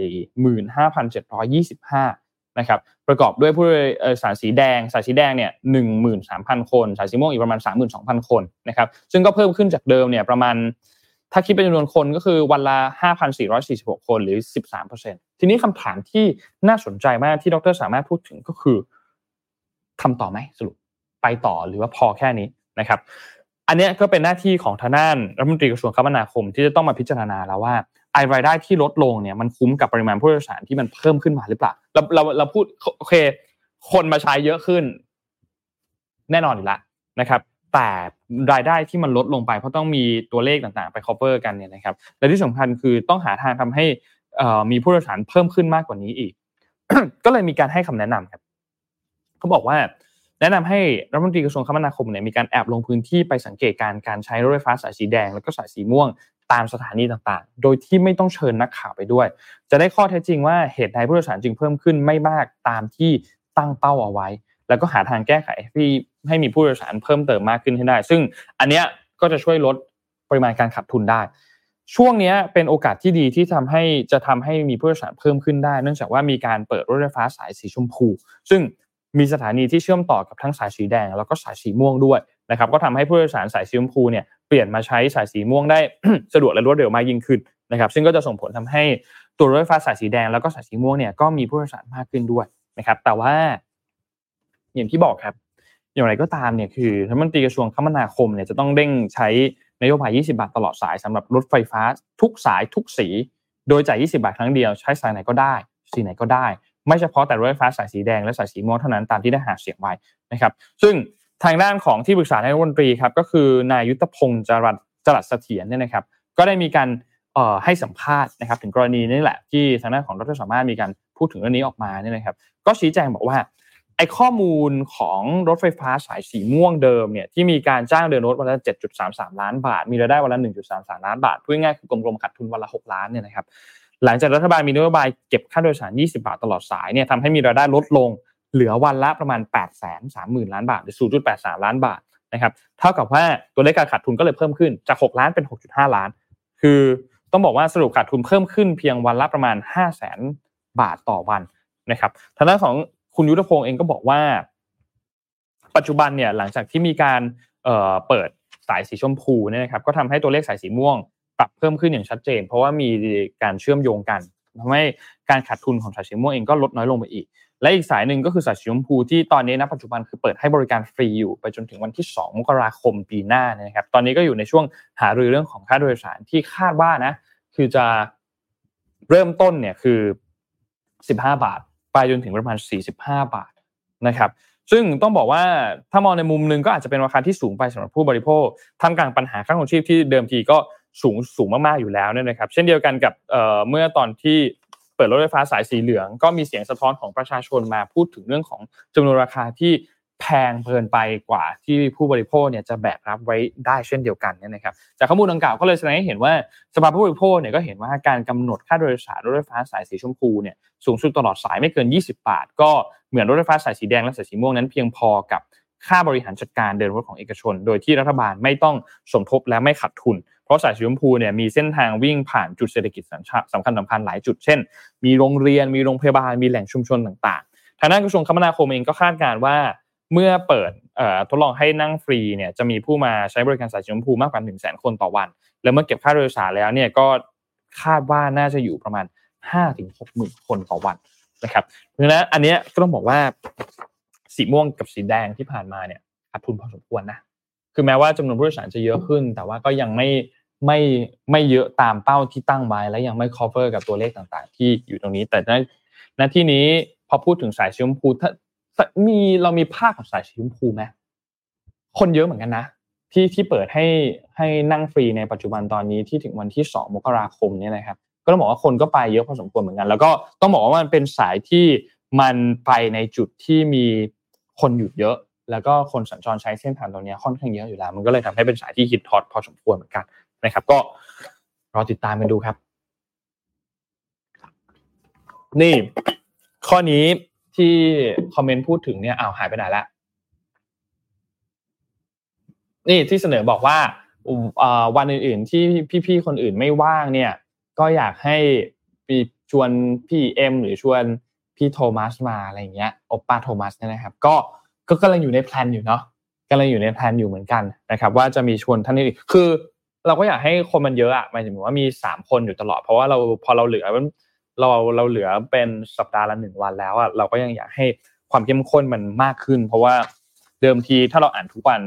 [SPEAKER 2] 45,725 นะครับประกอบด้วยผู้โดยสารสีแดงเนี่ย 13,000 คนสายสีม่วงอีกประมาณ 32,000 คนนะครับซึ่งก็เพิ่มขึ้นจากเดิมเนี่ยประมาณถ้าคิดเป็นจำนวนคนก็คือวันละ 5,446 คนหรือ 13% ทีนี้คำถามที่น่าสนใจมากที่ดร.สามารถพูดถึงก็คือทำต่อไหมสรุปไปต่อหรือว่าพอแค่นี้นะครับอันนี้ก็เป็นหน้าที่ของทางด้านรัฐมนตรีกระทรวงคมนาคมที่จะต้องมาพิจารณาแล้วว่าไอ้รายได้ที่ลดลงเนี่ยมันคุ้มกับปริมาณผู้โดยสารที่มันเพิ่มขึ้นมาหรือเปล่าเราพูดโอเคคนมาใช้เยอะขึ้นแน่นอนอยู่แล้วนะครับแต่รายได้ที่มันลดลงไปเพราะต้องมีตัวเลขต่างๆไป cover กันเนี่ยนะครับและที่สำคัญคือต้องหาทางทำให้มีผู้โดยสารเพิ่มขึ้นมากกว่านี้อีก ก็เลยมีการให้คำแนะนำครับเขาบอกว่าแนะนำให้รัฐมนตรีกระทรวงคมนาคมเนี่ยมีการแอบลงพื้นที่ไปสังเกตการใช้รถไฟฟ้าสายสีแดงแล้วก็สายสีม่วงตามสถานีต่างๆโดยที่ไม่ต้องเชิญนักข่าวไปด้วยจะได้ข้อเท็จจริงว่าเหตุใดผู้โดยสารจึงเพิ่มขึ้นไม่มากตามที่ตั้งเป้าเอาไว้แล้วก็หาทางแก้ไขให้มีผู้โดยสารเพิ่มเติมมากขึ้นให้ได้ซึ่งอันเนี้ยก็จะช่วยลดปริมาณการขาดทุนได้ช่วงนี้เป็นโอกาสที่ดีที่ทำให้มีผู้โดยสารเพิ่มขึ้นได้เนื่องจากว่ามีการเปิดรถไฟฟ้าสายสีชมพูซึ่งมีสถานีที่เชื่อมต่อกับทั้งสายสีแดงแล้วก็สายสีม่วงด้วยนะครับก็ทำให้ผู้โดยสารสายสีชมพูเนี่ยเปลี่ยนมาใช้สายสีม่วงได้ สะดวกและรวดเร็วมากยิ่งขึ้นนะครับซึ่งก็จะส่งผลทำให้ตัวรถไฟฟ้าสายสีแดงแล้วก็สายสีม่วงเนี่ยก็มีผู้โดยสารมากขึ้นด้วยนะครับแต่ว่าอย่างที่บอกครับอย่างไรก็ตามเนี่ยคือรัฐมนตรีกระทรวงคมนาคมเนี่ยจะต้องเร่งใช้นโยบาย20 บาทตลอดสายสำหรับรถไฟฟ้าทุกสายทุกสีโดยจ่าย20 บาทครั้งเดียวใช้สายไหนก็ได้สีไหนก็ได้ไม่เฉพาะแต่รถไฟฟ้าสายสีแดงและสายสีม่วงเท่านั้นตามที่ได้หาเสียงไว้นะครับซึ่งทางด้านของที่ปรึกษานายกรัฐมนตรีครับก็คือนายยุทธพงศ์จรัสเสถียรเนี่ยนะครับก็ได้มีการให้สัมภาษณ์นะครับถึงกรณีนี้แหละที่ทางด้านของดร.สามารถมีการพูดถึงเรื่องนี้ออกมาเนี่ยนะครับก็ชี้แจงบอกว่าไอ้ข้อมูลของรถไฟฟ้าสายสีม่วงเดิมเนี่ยที่มีการจ้างเดินรถวันละ 7.33 ล้านบาทมีรายได้วันละ 1.33 ล้านบาทพูดง่ายๆคือกลมๆขาดทุนวันละ6ล้านเนี่ยนะครับหลังจากรัฐบาลมีนโยบายเก็บค่าโดยสาร20 บาทตลอดสายเนี่ยทำให้มีรายได้ลดลงเหลือวันละประมาณ 830,000 ล้านบาทหรือ 0.83 ล้านบาทนะครับเท่ากับว่าตัวเลขการขาดทุนก็เลยเพิ่มขึ้นจาก6ล้านเป็น 6.5 ล้านคือต้องบอกว่าสรุปขาดทุนเพิ่มขึ้นเพียงวันละประมาณ 500,000 บาทต่อวันนะครับทางด้านของคุณยุทธพงศ์เองก็บอกว่าปัจจุบันเนี่ยหลังจากที่มีการเปิดสายสีชมพูเนี่ยนะครับก็ทำให้ตัวเลขสายสีม่วงปรับเพิ่มขึ้นอย่างชัดเจนเพราะว่ามีการเชื่อมโยงกันทำให้การขาดทุนของสายสีม่วงเองก็ลดน้อยลงไปอีกและอีกสายหนึ่งก็คือสายสีชมพูที่ตอนนี้ณปัจจุบันคือเปิดให้บริการฟรีอยู่ไปจนถึงวันที่2 มกราคมปีหน้านะครับตอนนี้ก็อยู่ในช่วงหารือเรื่องของค่าโดยสารที่คาดว่านะคือจะเริ่มต้นเนี่ยคือ15 บาทไปจนถึงประมาณ45 บาทนะครับซึ่งต้องบอกว่าถ้ามองในมุมนึงก็อาจจะเป็นราคาที่สูงไปสำหรับผู้บริโภคท่ามกลางปัญหาค่าครองชีพที่เดิมทีก็สูงมากๆอยู่แล้วเนี่ยนะครับเช่นเดียวกันกับเมื่อตอนที่เปิดรถไฟฟ้าสายสีเหลืองก็มีเสียงสะท้อนของประชาชนมาพูดถึงเรื่องของจำนวนราคาที่แพงเกินไปกว่าที่ผู้บริโภคเนี่ยจะแบกรับไว้ได้เช่นเดียวกันเนี่ยนะครับจากข้อมูลดังกล่าวก็เลยแสดงให้เห็นว่าสภาผู้บริโภคเนี่ยก็เห็นว่าการกำหนดค่าโดยสารรถไฟฟ้าสายสีชมพูเนี่ยสูงสุดตลอดสายไม่เกิน20 บาทก็เหมือนรถไฟฟ้าสายสีแดงและสายสีม่วงนั้นเพียงพอกับค่าบริหารจัดการเดินรถของเอกชนโดยที่รัฐบาลไม่ต้องสมทบและไม่ขาดทุนเพราะสายสีชมพูเนี่ยมีเส้นทางวิ่งผ่านจุดเศรษฐกิจสำคัญหลายจุดเช่นมีโรงเรียนมีโรงพยาบาลมีแหล่งชุมชนต่างๆทางด้านกระทรวงคมนาคมเองก็คาดการณ์ว่าเมื่อเปิดทดลองให้นั่งฟรีเนี่ยจะมีผู้มาใช้บริการสายสีชมพูมากกว่า 100,000 คนต่อวันและเมื่อเก็บค่าโดยสารแล้วเนี่ยก็คาดว่าน่าจะอยู่ประมาณ 5-60,000 คนต่อวันนะครับเพราะฉะนั้นอันนี้ก็ต้องบอกว่าสีม่วงกับสีแดงที่ผ่านมาเนี่ยขาดทุนพอสมควรนะคือแม้ว่าจำนวนผู้โดยสารจะเยอะขึ้นแต่ว่าก็ยังไม่เยอะตามเป้าที่ตั้งไว้และยังไม่ cover กับตัวเลขต่างๆที่อยู่ตรงนี้แต่ณที่นี้พอพูดถึงสายสีชมพูเรามีภาพของสายสีชมพูไหมคนเยอะเหมือนกันนะที่เปิดให้นั่งฟรีในปัจจุบันตอนนี้ที่ถึงวันที่2 มกราคมเนี่ยนะครับก็ต้องบอกว่าคนก็ไปเยอะพอสมควรเหมือนกันแล้วก็ต้องบอกว่ามันเป็นสายที่มันไปในจุดที่มีคนหยุดเยอะแล้วก็คนสัญจรใช้เส้นทางตรงนี้ค่อนข้างเยอะอยู่แล้วมันก็เลยทำให้เป็นสายที่ฮิตฮอตพอสมควรเหมือนกันนะครับก็รอติดตามกันดูครับนี่ข้อนี้ที่คอมเมนต์พูดถึงเนี่ยหายไปไหนละนี่ที่เสนอบอกว่าวันอื่นๆที่พี่ๆคนอื่นไม่ว่างเนี่ยก็อยากให้ชวนพี่เอ็มหรือชวนพี่โทมัสมาอะไรอย่างเงี้ยโอป้าโทมัสเนี่ยนะครับก็กำลังอยู่ในแพลนอยู่เนาะกำลังอยู่ในแพลนอยู่เหมือนกันนะครับว่าจะมีชวนท่านนี้คือเราก็อยากให้คนมันเยอะหมายถึงว่ามี3คนอยู่ตลอดเพราะว่าพอเราเหลือเราเหลือเป็นสัปดาห์ละ1วันแล้วเราก็ยังอยากให้ความเข้มข้นมันมากขึ้นเพราะว่าเดิมทีถ้าเราอ่านทุกวัน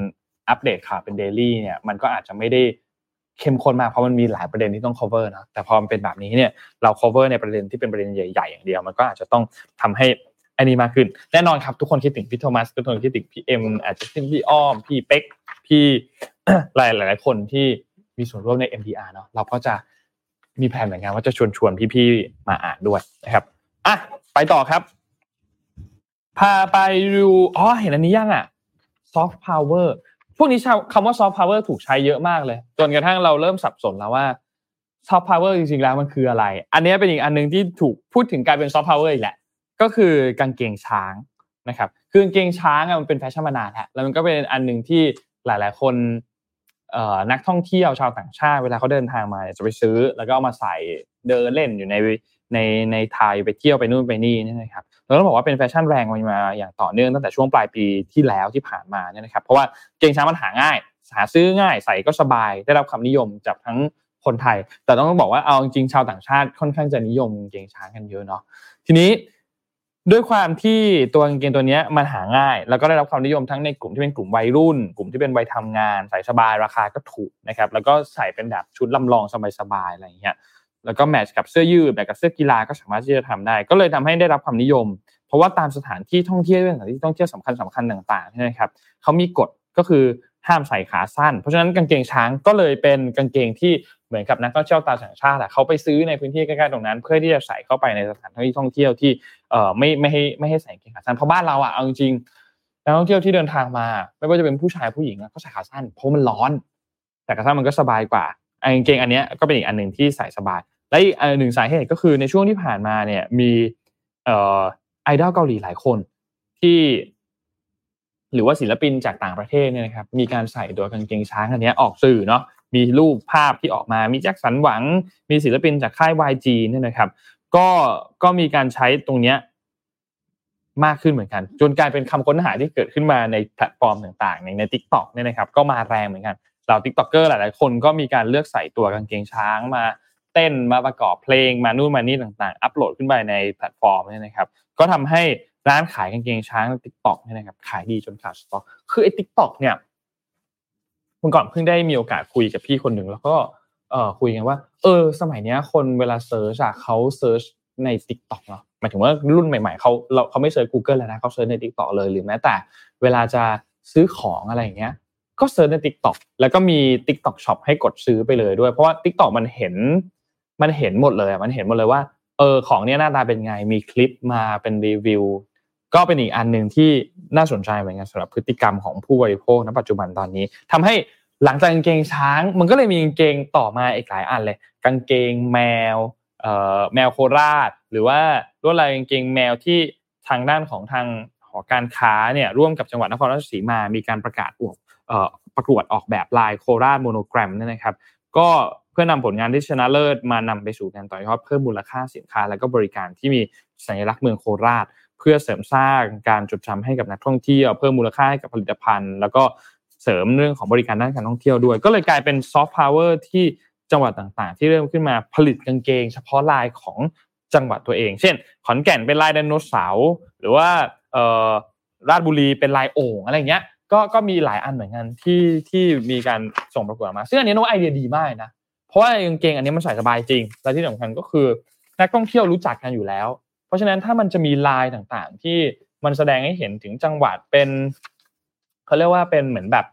[SPEAKER 2] อัปเดตข่าวเป็นเดลี่เนี่ยมันก็อาจจะไม่ได้เข้มข้นมากเพราะมันมีหลายประเด็นที่ต้อง cover นะแต่พอมันเป็นแบบนี้เนี่ยเรา cover ในประเด็นที่เป็นประเด็นใหญ่ๆอย่างเดียวมันก็อาจจะต้องทำให้อันนี้มากขึ้นแน่นอนครับทุกคนคิดถึงพี่โทมัสทุกคนคิดถึงพี่เอ็มอาจจะคิดถึงพี่อ้อมพี่เป๊กพี่ หลายๆคนที่มีส่วนร่วมใน MDR เนาะเราก็จะมีแผนเหมือนกันว่าจะชวนพี่ๆมาอ่านด้วยนะครับอ่ะไปต่อครับพาไปดูเห็นอันนี้ยังsoft power พวกนี้คำว่า soft power ถูกใช้เยอะมากเลยจนกระทั่งเราเริ่มสับสนแล้วว่า soft power จริงๆแล้วมันคืออะไรอันนี้เป็นอีกอันนึงที่ถูกพูดถึงกลายเป็น soft power อีกแหละก็คือกางเกงช้างนะครับคือกางเกงช้างมันเป็นแฟชั่นมานานแล้วมันก็เป็นอันนึงที่หลายๆคนนักท่องเที่ยวชาวต่างชาติเวลาเขาเดินทางมาจะไปซื้อแล้วก็เอามาใส่เดินเล่นอยู่ในไทยไปเที่ยวไปนู่นไปนี่นี่นะครับเราต้องบอกว่าเป็นแฟชั่นแรงมาอย่างต่อเนื่องตั้งแต่ช่วงปลายปีที่แล้วที่ผ่านมาเนี่ยนะครับเพราะว่าเกงช้างมันหาง่ายหาซื้อง่ายใส่ก็สบายได้รับความนิยมจากทั้งคนไทยแต่ต้องบอกว่าเอาจริงๆชาวต่างชาติค่อนข้างจะนิยมเกงช้างกันเยอะเนาะทีนี้ด้วยความที่ตัวกางเกงตัวนี้มันหาง่ายแล้วก็ได้รับความนิยมทั้งในกลุ่มที่เป็นกลุ่มวัยรุ่นกลุ่มที่เป็นวัยทำงานใส่สบายราคาก็ถูกนะครับแล้วก็ใส่เป็นแบบชุดลำลองสบายๆอะไรอย่างเงี้ยแล้วก็แมทช์กับเสื้อยืดแบบกับเสื้อกีฬาก็สามารถที่จะทำได้ก็เลยทำให้ได้รับความนิยมเพราะว่าตามสถานที่ท่องเที่ยวสถานที่ท่องเที่ยวสำคัญต่างๆนะครับเขามีกฎก็คือห้ามใส่ขาสั้นเพราะฉะนั้นกางเกงช้างก็เลยเป็นกางเกงที่เหมือนกับนักท่องเที่ยวต่างชาติเขาไปซื้อในพื้นที่ใกล้ๆตรงนั้นเพื่อที่จะใส่เข้าไปในสถานที่ท่องเที่ยวที่ไม่ให้ใส่กางเกงขาสั้นเพราะบ้านเราเอาจริงๆนักท่องเที่ยวที่เดินทางมาไม่ว่าจะเป็นผู้ชายผู้หญิงก็ใส่ขาสั้นเพราะมันร้อนแต่ขาสั้นมันก็สบายกว่ากางเกงอันนี้ก็เป็นอีกอันนึงที่ใส่สบายและอีกหนึ่งสาเหตุก็คือในช่วงที่ผ่านมาเนี่ยมีไอดอลเกาหลีหลายคนที่หรือว่าศิลปินจากต่างประเทศเนี่ยนะครับมีการใส่ตัวกางเกงช้างอันนี้ออกสื่อเนาะมีรูปภาพที่ออกมามีแจ็คสันหวังมีศิลปินจากค่าย YG เนี่ยนะครับก็มีการใช้ตรงเนี้ยมากขึ้นเหมือนกันจนกลายเป็นคำค้นหาที่เกิดขึ้นมาในแพลตฟอร์มต่างๆใน TikTok เนี่ยนะครับก็มาแรงเหมือนกันเหล่า TikToker หลายๆคนก็มีการเลือกใส่ตัวกางเกงช้างมาเต้นมาประกอบเพลงมานู่นมานี่ต่างๆอัปโหลดขึ้นไปในแพลตฟอร์มเนี่ยนะครับก็ทำให้ร้านขายกางเกงช้างใน TikTok เนี่ยนะครับขายดีจนขาดสต็อกคือไอ้ TikTok เนี่ยเมื่อก่อนเพิ่งได้มีโอกาสคุยกับพี่คนหนึ่งแล้วก็คุยกันว่าสมัยเนี้ยคนเวลาเสิร์ชเขาเสิร์ชใน TikTok เนาะหมายถึงว่ารุ่นใหม่ๆเขาไม่เสิร์ช Google แล้วนะเขาเสิร์ชใน TikTok เลยหรือแม้แต่เวลาจะซื้อของอะไรอย่างเงี้ยก็เสิร์ชใน TikTok แล้วก็มี TikTok Shop ให้กดซื้อไปเลยด้วยเพราะว่า TikTok มันเห็นหมดเลยมันเห็นหมดเลยว่าของเนี้ยหน้าตาเป็นไงมีคลิปมาเป็นรีวิวก็เป็นอีกอันนึงที่น่าสนใจเหมือนกันสำหรับพฤติกรรมของผู้บริโภคณปัจจุบันตอนนี้ทำให้หลังจากกางเกงช้างมันก็เลยมีกางเกงต่อมาอีกหลายอันเลยกางเกงแมวแมวโคราชหรือว่าลวดลายกางเกงแมวที่ทางด้านของทางหอการค้าเนี่ยร่วมกับจังหวัดนครราชสีมามีการประกาศประกวดออกแบบลายโคราชโมโนแกรมเนี่ยนะครับก็เพื่อนำผลงานที่ชนะเลิศมานำไปสู่การต่อยอดเพิ่มมูลค่าสินค้าและก็บริการที่มีสัญลักษณ์เมืองโคราชเพื่อเสริมสร้างการจดจำให้กับนักท่องเที่ยวเพิ่มมูลค่าให้กับผลิตภัณฑ์แล้วก็เสริมเรื่องของบริการด้านการท่องเที่ยวด้วยก็เลยกลายเป็นซอฟต์พาวเวอร์ที่จังหวัดต่างๆที่เริ่มขึ้นมาผลิตกางเกงเฉพาะลายของจังหวัดตัวเองเช่นขอนแก่นเป็นลายไดโนเสาร์หรือว่าราชบุรีเป็นลายโอ่งอะไรอย่างเงี้ยก็มีหลายอันเหมือนกันที่มีการส่งประกวดมาซึ่งอันนี้ไอเดียดีมากนะเพราะว่ากางเกงอันนี้มันใส่สบายจริงและที่สำคัญก็คือนักท่องเที่ยวรู้จักกันอยู่แล้วเพราะฉะนั้นถ้ามันจะมีลายต่างๆที่มันแสดงให้เห็นถึงจังหวัดเป็นเขาเรียกว่าเป็นเหมือนแบบ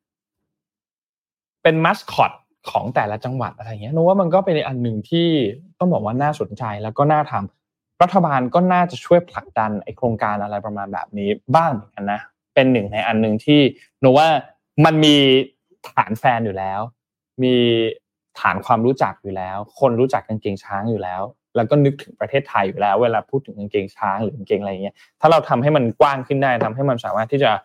[SPEAKER 2] เป็นมัสคอตของแต่ละจังหวัดอะไรเงี้ยนึกว่ามันก็เป็นอันหนึ่งที่ต้องบอกว่าน่าสนใจแล้วก็น่าทำรัฐบาลก็น่าจะช่วยผลักดันไอ้โครงการอะไรประมาณแบบนี้บ้างเหมือนกันนะเป็นหนึ่งในอันหนึ่งที่นึกว่ามันมีฐานแฟนอยู่แล้วมีฐานความรู้จักอยู่แล้วคนรู้จักกางเกงช้างอยู่แล้วแล้วก็นึกถึงประเทศไทยอยู่แล้วเวลาพูดถึงกางเกงช้างหรือกางเกงอะไรอย่างเงี้ยถ้าเราทำให้มันกว้างขึ้นได้ทำให้มันสามารถที่จะ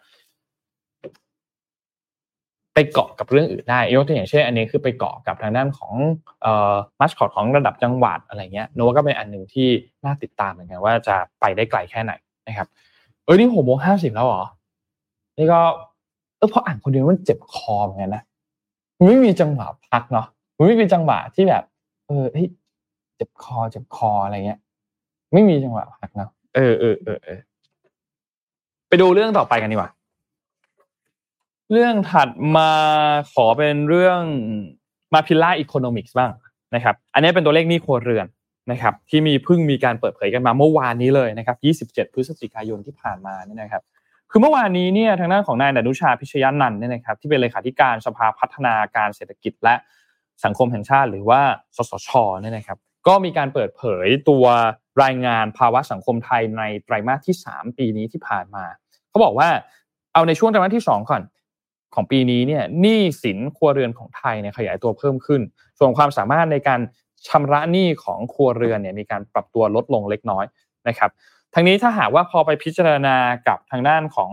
[SPEAKER 2] ไปเกาะกับเรื่องอื่นได้ยกตัวอย่างเช่นอันนี้คือไปเกาะกับทางด้านของมัสคอตของระดับจังหวัดอะไรเงี้ยโน้ก็เป็นอันนึงที่น่าติดตามเหมือนกันว่าจะไปได้ไกลแค่ไหนนะครับนี่ 6:50 แล้วเหรอนี่ก็พออ่านคนเดียวมันเจ็บคอเหมือนกันนะมันไม่มีจังหวะพักเนาะมันไม่มีจังหวะที่แบบเฮ้ยเจ็บคออะไรเงี้ยไม่มีจังหวะพักเนาะไปดูเรื่องต่อไปกันดีกว่าเรื่องถัดมาขอเป็นเรื่อง Mapilla Economics บ้างนะครับอันนี้เป็นตัวเลขหนี้ครัวเรือนนะครับที่เพิ่งมีการเปิดเผยกันมาเมื่อวานนี้เลยนะครับ27พฤศจิกายนที่ผ่านมานี่นะครับคือเมื่อวานนี้เนี่ยทางด้านของนายดนุชาพิชยนันท์เนี่ยนะครับที่เป็นเลขาธิการสภาพัฒนาการเศรษฐกิจและสังคมแห่งชาติหรือว่าสสชเนี่ยนะครับก็มีการเปิดเผยตัวรายงานภาวะสังคมไทยในไตรมาสที่3ปีนี้ที่ผ่านมาเขาบอกว่าเอาในช่วงไตรมาสที่2ก่อนของปีนี้เนี่ยหนี้สินครัวเรือนของไทยเนี่ยขยายตัวเพิ่มขึ้นส่วนความสามารถในการชำระหนี้ของครัวเรือนเนี่ยมีการปรับตัวลดลงเล็กน้อยนะครับทั้งนี้ถ้าหากว่าพอไปพิจารณากับทางด้านของ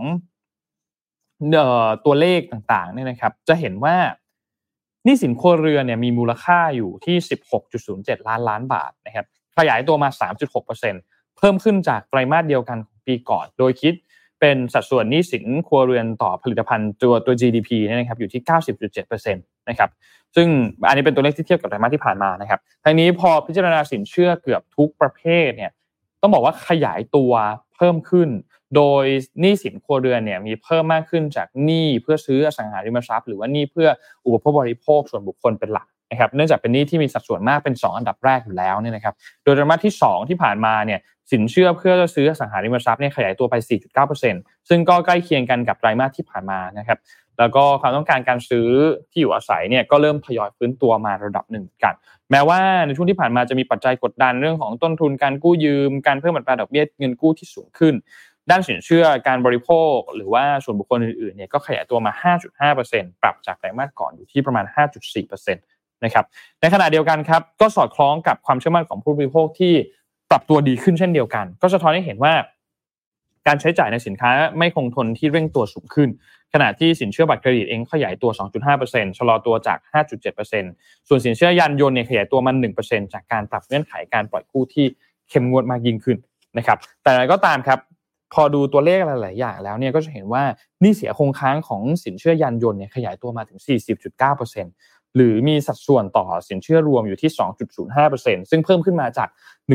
[SPEAKER 2] ตัวเลขต่างๆเนี่ยนะครับจะเห็นว่าหนี้สินครัวเรือนเนี่ยมีมูลค่าอยู่ที่ 16.07 ล้านบาทนะครับขยายตัวมา 3.6% เพิ่มขึ้นจากไตรมาสเดียวกันของปีก่อนโดยคิดเป็นสัดส่วนหนี้สินครัวเรือนต่อผลิตภัณฑ์ตัว GDP เนี่ยนะครับอยู่ที่ 90.7% นะครับซึ่งอันนี้เป็นตัวเลขที่เทียบกับไตรมาสที่ผ่านมานะครับทั้งนี้พอพิจารณาสินเชื่อเกือบทุกประเภทเนี่ยต้องบอกว่าขยายตัวเพิ่มขึ้นโดยหนี้สินครัวเรือนเนี่ยมีเพิ่มมากขึ้นจากหนี้เพื่อซื้ออสังหาริมทรัพย์หรือว่าหนี้เพื่ออุปโภคบริโภคส่วนบุคคลเป็นหลักนะครับเนื่องจากเป็นหนี้ที่มีสัดส่วนมากเป็น2อันดับแรกอยู่แล้วเนี่ยนะครับโดยไตรมาสที่2ที่ผ่านมาเนี่ยสินเชื่อเพื่อซื้ออสังหาริมทรัพย์เนี่ยขยายตัวไป 4.9% ซึ่งก็ใกล้เคียงกันกับไตรมาสที่ผ่านมานะครับแล้วก็ความต้องการการซื้อที่อยู่อาศัยเนี่ยก็เริ่มทยอยฟื้นตัวมาระดับหนึ่งกันแม้ว่าในช่วงที่ผ่านมาจะมีปัจจัยกดดันเรื่องของต้นทุนการกู้ยืมการเพิ่มอัตราดอกเบี้ยเงินกู้ที่สูงขึ้นด้านสินเชื่อการบริโภคหรือว่าส่วนบุคคลอื่นๆเนี่ยก็ขยายตัวมา 5.5% ปรับจากไตรมาสก่อนอยู่ที่ประมาณ 5.4% นะครับในขณะเดียวกันครับก็สอดคล้องกับความเชื่อมั่นของผู้บริโภคที่ปรับตัวดีขึ้นเช่นเดียวกันก็สะท้อนให้เห็นว่าการใช้จ่ายในสินค้าไม่คงทนที่เร่งตัวสูงขึ้นขณะที่สินเชื่อบัตรเครดิตเองขยายตัว 2.5% ชะลอตัวจาก 5.7% ส่วนสินเชื่อยานยนต์เนี่ยขยายตัวมา 1% จากการปรับเงื่อนไขการปล่อยกู้ที่เข้มงวดมากยิ่งขึ้นนะครับแต่อะไรก็ตามครับพอดูตัวเลขหลายๆอย่างแล้วเนี่ยก็จะเห็นว่าหนี้เสียคงค้างของสินเชื่อยานยนต์เนี่ยขยายตัวมาถึง 40.9%หรือมีสัดส่วนต่อสินเชื่อรวมอยู่ที่ 2.05% ซึ่งเพิ่มขึ้นมาจาก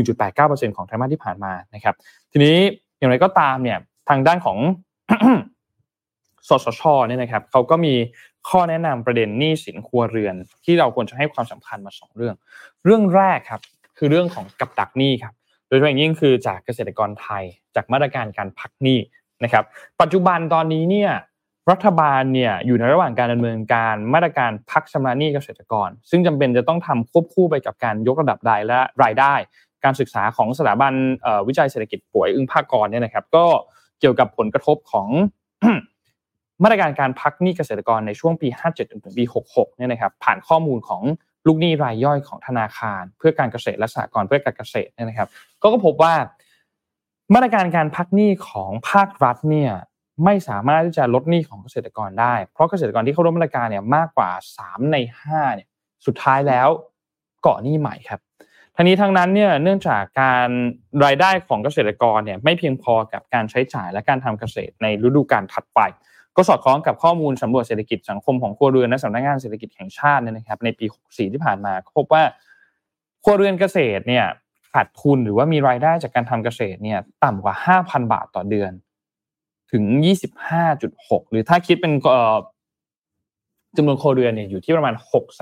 [SPEAKER 2] 1.89% ของไตรมาสที่ผ่านมานะครับทีนี้อย่างไรก็ตามเนี่ยทางด้านของ สสช.เนี่ยนะครับเขาก็มีข้อแนะนำประเด็นหนี้สินครัวเรือนที่เราควรจะให้ความสำคัญมา2เรื่องแรกครับคือเรื่องของกับดักหนี้ครับโดยเฉพาะอย่างยิ่งคือจากเกษตรกรไทยจากมาตรการการพักหนี้นะครับปัจจุบันตอนนี้เนี่ยรัฐบาลเนี่ยอยู่ในระหว่างการดำเนินการมาตรการพักชำระหนี้เกษตรกรซึ่งจำเป็นจะต้องทำควบคู่ไปกับการยกระดับรายได้การศึกษาของสถาบันวิจัยเศรษฐกิจป่วยอึ้งภาคกรเนี่ยนะครับก็เกี่ยวกับผลกระทบของ มาตรการการพักหนี้เกษตรกรในช่วงปี57ถึงปี66เนี่ยนะครับผ่านข้อมูลของลูกหนี้รายย่อยของธนาคารเพื่อการเกษตรและสหกรณ์เพื่อการเกษตรเนี่ยนะครับก็พบว่ามาตรการการพักหนี้ของภาครัฐเนี่ยไม่สามารถที่จะลดหนี้ของเกษตรกรได้เพราะเกษตรกรที่เข้าร่วมมาตรการเนี่ยมากกว่า3ใน5เนี่ยสุดท้ายแล้วก่อหนี้ใหม่ครับทั้งนี้ทั้งนั้นเนี่ยเนื่องจากการรายได้ของเกษตรกรเนี่ยไม่เพียงพอกับการใช้จ่ายและการทำเกษตรในฤดูกาลถัดไปก็สอดคล้องกับข้อมูลสำรวจเศรษฐกิจสังคมของครัวเรือนและสำนักงานเศรษฐกิจแห่งชาติเนี่ยนะครับในปี64ที่ผ่านมาพบว่าครัวเรือนเกษตรเนี่ยขาดทุนหรือว่ามีรายได้จากการทำเกษตรเนี่ยต่ำกว่า 5,000 บาทต่อเดือนถึง 25.6 หรือถ้าคิดเป็นจำนวนครัวเรือนเนี่ยอยู่ที่ประมาณ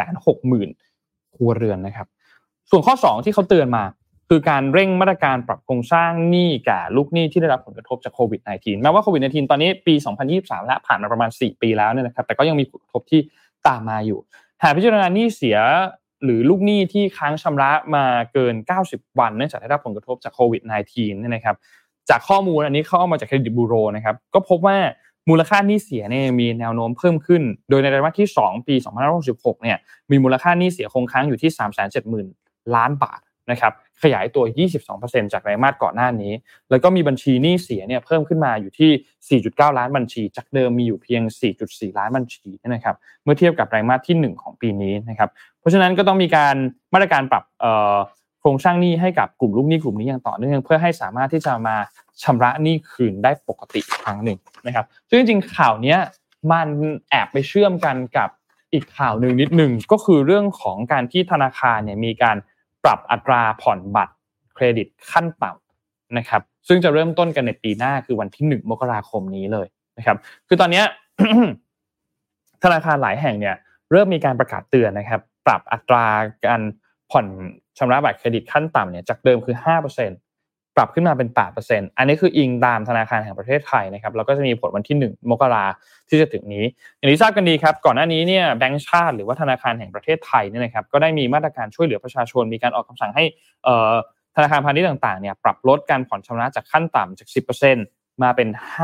[SPEAKER 2] 660,000 ครัวเรือนนะครับส่วนข้อ2ที่เขาเตือนมาคือการเร่งมาตรการปรับโครงสร้างหนี้แก่ลูกหนี้ที่ได้รับผลกระทบจากโควิด -19 แม้ว่าโควิด -19 ตอนนี้ปี2023แล้วผ่านมาประมาณ4ปีแล้วเนี่ยนะครับแต่ก็ยังมีผลกระทบที่ตามมาอยู่หากพิจารณาหนี้เสียหรือลูกหนี้ที่ค้างชำระมาเกิน90วันเนื่องจากได้รับผลกระทบจากโควิด -19 เนี่ยนะครับจากข้อมูลอันนี้เขาเอามาจากเครดิตบูโรนะครับก็พบว่ามูลค่าหนี้เสียเนี่ยมีแนวโน้มเพิ่มขึ้นโดยในไตรมาสที่2ปี2566เนี่ยมีมูลค่าหนี้เสียคงค้างอยู่ที่ 370,000 ล้านบาทนะครับขยายตัว 22% จากไตรมาสก่อนหน้านี้แล้วก็มีบัญชีหนี้เสียเนี่ยเพิ่มขึ้นมาอยู่ที่ 4.9 ล้านบัญชีจากเดิมมีอยู่เพียง 4.4 ล้านบัญชีนะครับเมื่อเทียบกับไตรมาสที่1ของปีนี้นะครับเพราะฉะนั้นก็ต้องมีการมาตรการปรับโครงสร้างหนี้ให้กับกลุ่มลูกหนี้กลุ่มนี้อย่างต่อเนื่องเพื่อให้สามารถที่จะมาชำระหนี้คืนได้ปกติครั้งหนึ่งนะครับซึ่งจริงๆข่าวนี้มันแอบไปเชื่อมกันกับอีกข่าวนึงนิดนึงก็คือเรื่องของการที่ธนาคารเนี่ยมีการปรับอัตราผ่อนบัตรเครดิตขั้นต่ำนะครับซึ่งจะเริ่มต้นกันในปีหน้าคือวันที่1 มกราคมนี้เลยนะครับคือตอนนี้ธนาคารหลายแห่งเนี่ยเริ่มมีการประกาศเตือนนะครับปรับอัตราการผ่อนชำระบัตรเครดิตขั้นต่ำเนี่ยจากเดิมคือ 5% ปรับขึ้นมาเป็น 8% อันนี้คืออิงตามธนาคารแห่งประเทศไทยนะครับแล้วก็จะมีผลวันที่1มกราคมที่จะถึงนี้อย่างที่ทราบกันดีครับก่อนหน้านี้เนี่ยแบงก์ชาติหรือว่าธนาคารแห่งประเทศไทยเนี่ยนะครับก็ได้มีมาตรการช่วยเหลือประชาชนมีการออกคำสั่งให้ธนาคารพาณิชย์ต่างๆเนี่ยปรับลดการผ่อนชำระจากขั้นต่ำจาก 10% มาเป็น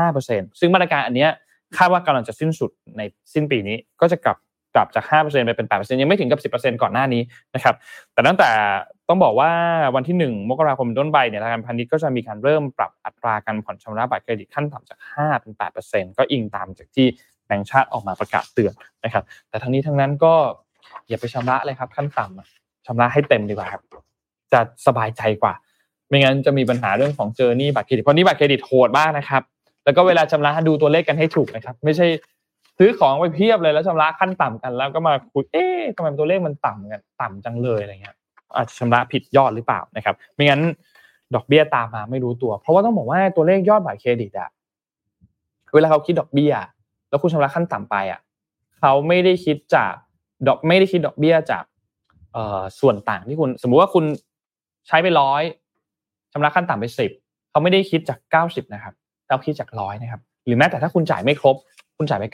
[SPEAKER 2] 5% ซึ่งมาตรการอันเนี้ยคาดว่ากำลังจะสิ้นสุดในสิ้นปีนี้ก็จะกลับจาก 5% ไปเป็น 8% ยังไม่ถึงกับ 10% ก่อนหน้านี้นะครับแต่ตั้งแต่ต้องบอกว่าวันที่1มกราคมต้นไปเนี่ยธนาคารพาณิชย์ก็จะมีการเริ่มปรับอัตราการผ่อนชำระบัตรเครดิตขั้นต่ำจาก5เป็น 8% ก็อิงตามจากที่แบงก์ชาติออกมาประกาศเตือนนะครับแต่ทั้งนี้ทั้งนั้นก็อย่าไปชำระเลยครับขั้นต่ำชำระให้เต็มดีกว่าครับจะสบายใจกว่าไม่งั้นจะมีปัญหาเรื่องของเจอหนี้บัตรเครดิตเพราะหนี้บัตรเครดิตโหดมากนะครับแล้วก็เวลาชำระดูตัวเลขกันให้ถูกนะครับไม่ใช่ซื้อของไปเพียบเลยแล้วชำระขั้นต่ำกันแล้วก็มาคุยทำไมตัวเลขมันต่ำกันต่ำจังเลยอะไรเงี้ยอาจจะชำระผิดยอดหรือเปล่านะครับไม่งั้นดอกเบี้ยตามมาไม่รู้ตัวเพราะว่าต้องบอกว่าตัวเลขยอดบัตรเครดิตอะเวลาเขาคิดดอกเบี้ยแล้วคุณชำระขั้นต่ำไปอะเขาไม่ได้คิดดอกเบี้ยจากส่วนต่างที่คุณสมมุติว่าคุณใช้ไป100ชำระขั้นต่ำไป10เขาไม่ได้คิดจาก90นะครับเขาคิดจาก100นะครับหรือแม้แต่ถ้าคุณจ่ายไม่ครบคุณจ่ายไป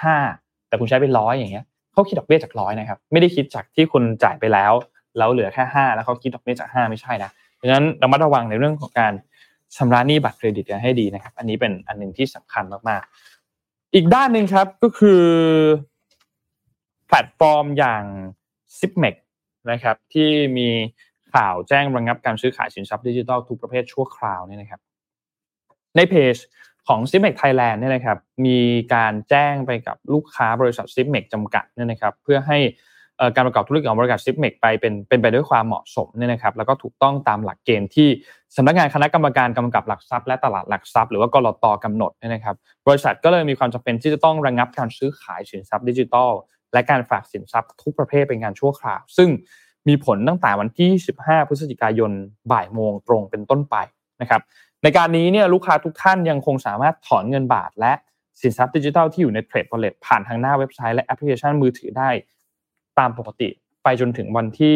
[SPEAKER 2] 95แต่คุณใช้ไป100อย่างเงี้ยเขาคิดดอกเบี้ยจาก100นะครับไม่ได้คิดจากที่คุณจ่ายไปแล้วเหลือแค่5แล้วเขาคิดดอกเบี้ยจาก5ไม่ใช่นะเพราะฉะนั้นระมัดระวังในเรื่องของการชำระหนี้บัตรเครดิตกันให้ดีนะครับอันนี้เป็นอันนึงที่สำคัญมากๆอีกด้านนึงครับก็คือแพลตฟอร์มอย่าง Zipmex นะครับที่มีข่าวแจ้งระงับการซื้อขายสินทรัพย์ดิจิทัลทุกประเภทชั่วคราวเนี่ยนะครับในเพจของ Zipmex Thailand เนี่ยนะครับมีการแจ้งไปกับลูกค้าบริษัท Zipmex จำกัดเนี่ยนะครับเพื่อให้การประกอบธุรกิจของบริษัท Zipmex เป็นไปด้วยความเหมาะสมเนี่ยนะครับแล้วก็ถูกต้องตามหลักเกณฑ์ที่สำนักงานคณะกรรมการกำกับหลักทรัพย์และตลาดหลักทรัพย์หรือว่ากลต.กำหนดเนี่ยนะครับบริษัทก็เลยมีความจำเป็นที่จะต้องระงับการซื้อขายสินทรัพย์ดิจิทัลและการฝากสินทรัพย์ทุกประเภทเป็นการชั่วคราวซึ่งมีผลตั้งแต่วันที่15พฤศจิกายนบ่ายโมงตรงเป็นต้นไปนะครับในการนี้เนี่ยลูกค้าทุกท่านยังคงสามารถถอนเงินบาทและสินทรัพย์ดิจิทัลที่อยู่ใน Trade Wallet ผ่านทางหน้าเว็บไซต์และแอปพลิเคชันมือถือได้ตามปกติไปจนถึงวันที่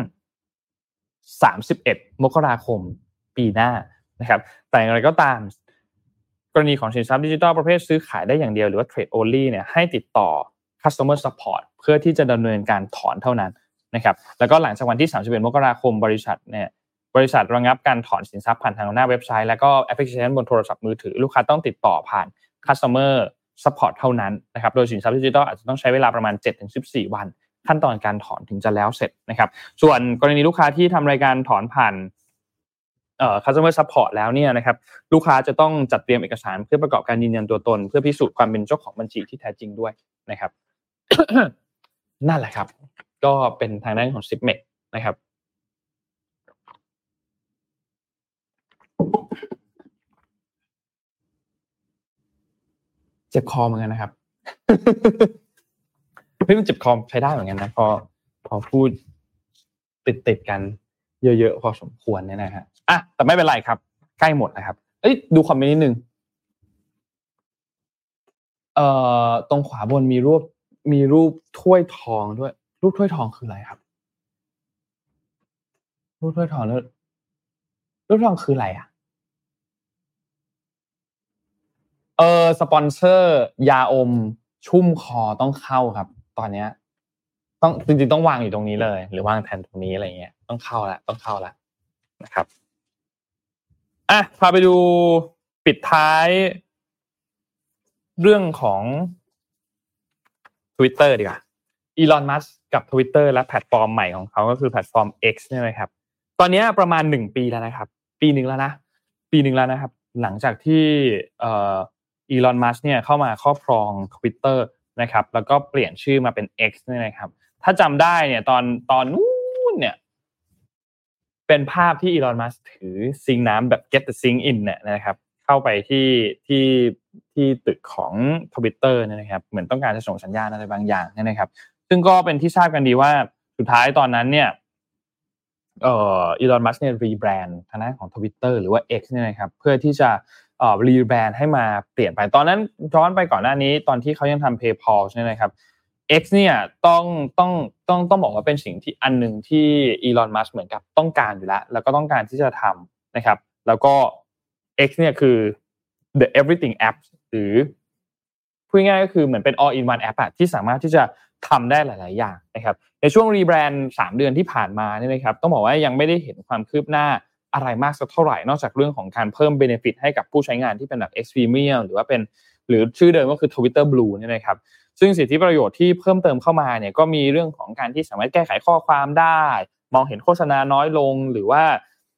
[SPEAKER 2] 31 มกราคมปีหน้านะครับแต่อย่างไรก็ตามกรณีของสินทรัพย์ดิจิทัลประเภทซื้อขายได้อย่างเดียวหรือว่า Trade Only เนี่ยให้ติดต่อ Customer Support เพื่อที่จะดำเนินการถอนเท่านั้นนะครับแล้วก็หลังจากวันที่31 มกราคมบริษัทระงับการถอนสินทรัพย์ผ่านทางหน้าเว็บไซต์และก็แอปพลิเคชันบนโทรศัพท์มือถือลูกค้าต้องติดต่อผ่าน Customer Support เท่านั้นนะครับโดยสินทรัพย์ดิจิทัลอาจจะต้องใช้เวลาประมาณ 7-14 วันขั้นตอนการถอนถึงจะแล้วเสร็จนะครับส่วนกรณีลูกค้าที่ทำรายการถอนผ่านCustomer Support แล้วเนี่ยนะครับลูกค้าจะต้องจัดเตรียมเอกสารเพื่อประกอบการยืนยันตัวตนเพื่อพิสูจน์ความเป็นเจ้าของบัญชีที่แท้จริงด้วยนะครับ นั่นแหละครับก็เป็นทางด้านของ Zipmex นะครับเจ็บคอเหมือนกันนะครับ เฮ้ยมันเจ็บคอใช้ได้เหมือนกันนะพอพูดติดกันเยอะๆพอสมควรเนี่ยนะฮะแต่ไม่เป็นไรครับใกล้หมดนะครับดูคอมเมนต์นิดนึงตรงขวาบนมีรูปถ้วยทองด้วยรูปถ้วยทองคืออะไรครับรูปถ้วยทองแล้วรูปทองคืออะไรอ่ะสปอนเซอร์ยาอมชุ่มคอต้องเข้าครับตอนนี้ต้องจริงๆต้องวางอยู่ตรงนี้เลยหรือวางแทนตรงนี้อะไรเงี้ยต้องเข้าแล้วนะครับพาไปดูปิดท้ายเรื่องของ Twitter ดีกว่าอีลอน มัสก์กับ Twitter และแพลตฟอร์มใหม่ของเขาก็คือแพลตฟอร์ม X เนี่ยนะครับตอนนี้ประมาณ1ปีแล้วนะครับปีนึงแล้วนะครับหลังจากที่อีลอน มัสก์เนี่ยเข้ามาครอบครอง Twitter นะครับแล้วก็เปลี่ยนชื่อมาเป็น X เนี่ยนะครับถ้าจำได้เนี่ยตอนนู้นเนี่ยเป็นภาพที่อีลอน มัสก์ถือซิงค์น้ำแบบ Get the Sink in เนี่ยนะครับเข้าไปที่ตึกของ Twitter เนี่ยนะครับเหมือนต้องการจะส่งสัญญาณอะไรบางอย่างเนี่ยนะครับซึ่งก็เป็นที่ทราบกันดีว่าสุดท้ายตอนนั้นเนี่ยอีลอน มัสก์เนี่ยรีแบรนด์ทางด้านของ Twitter หรือว่า X เนี่ยนะครับเพื่อที่จะรีแบรนด์ให้มาเปลี่ยนไปตอนนั้นย้อนไปก่อนหน้านี้ตอนที่เขายังทำ PayPal ใช่ไหมครับ X เนี่ยต้องบอกว่าเป็นสิ่งที่อันนึงที่อีลอนมัสก์เหมือนกับต้องการอยู่แล้วก็ต้องการที่จะทำนะครับแล้วก็ X เนี่ยคือ the everything app หรือพูดง่ายๆก็คือเหมือนเป็น all in one app ที่สามารถที่จะทำได้หลายๆอย่างนะครับในช่วงรีแบรนด์3เดือนที่ผ่านมาเนี่ยนะครับต้องบอกว่ายังไม่ได้เห็นความคืบหน้าอะไรมากสักเท่าไหร่นอกจากเรื่องของการเพิ่ม benefit ให้กับผู้ใช้งานที่เป็นแบบ X Premium หรือว่าเป็นหรือชื่อเดิมก็คือ Twitter Blue เนี่ยนะครับซึ่งสิทธิประโยชน์ที่เพิ่มเติมเข้ามาเนี่ยก็มีเรื่องของการที่สามารถแก้ไขข้อความได้มองเห็นโฆษณาน้อยลงหรือว่า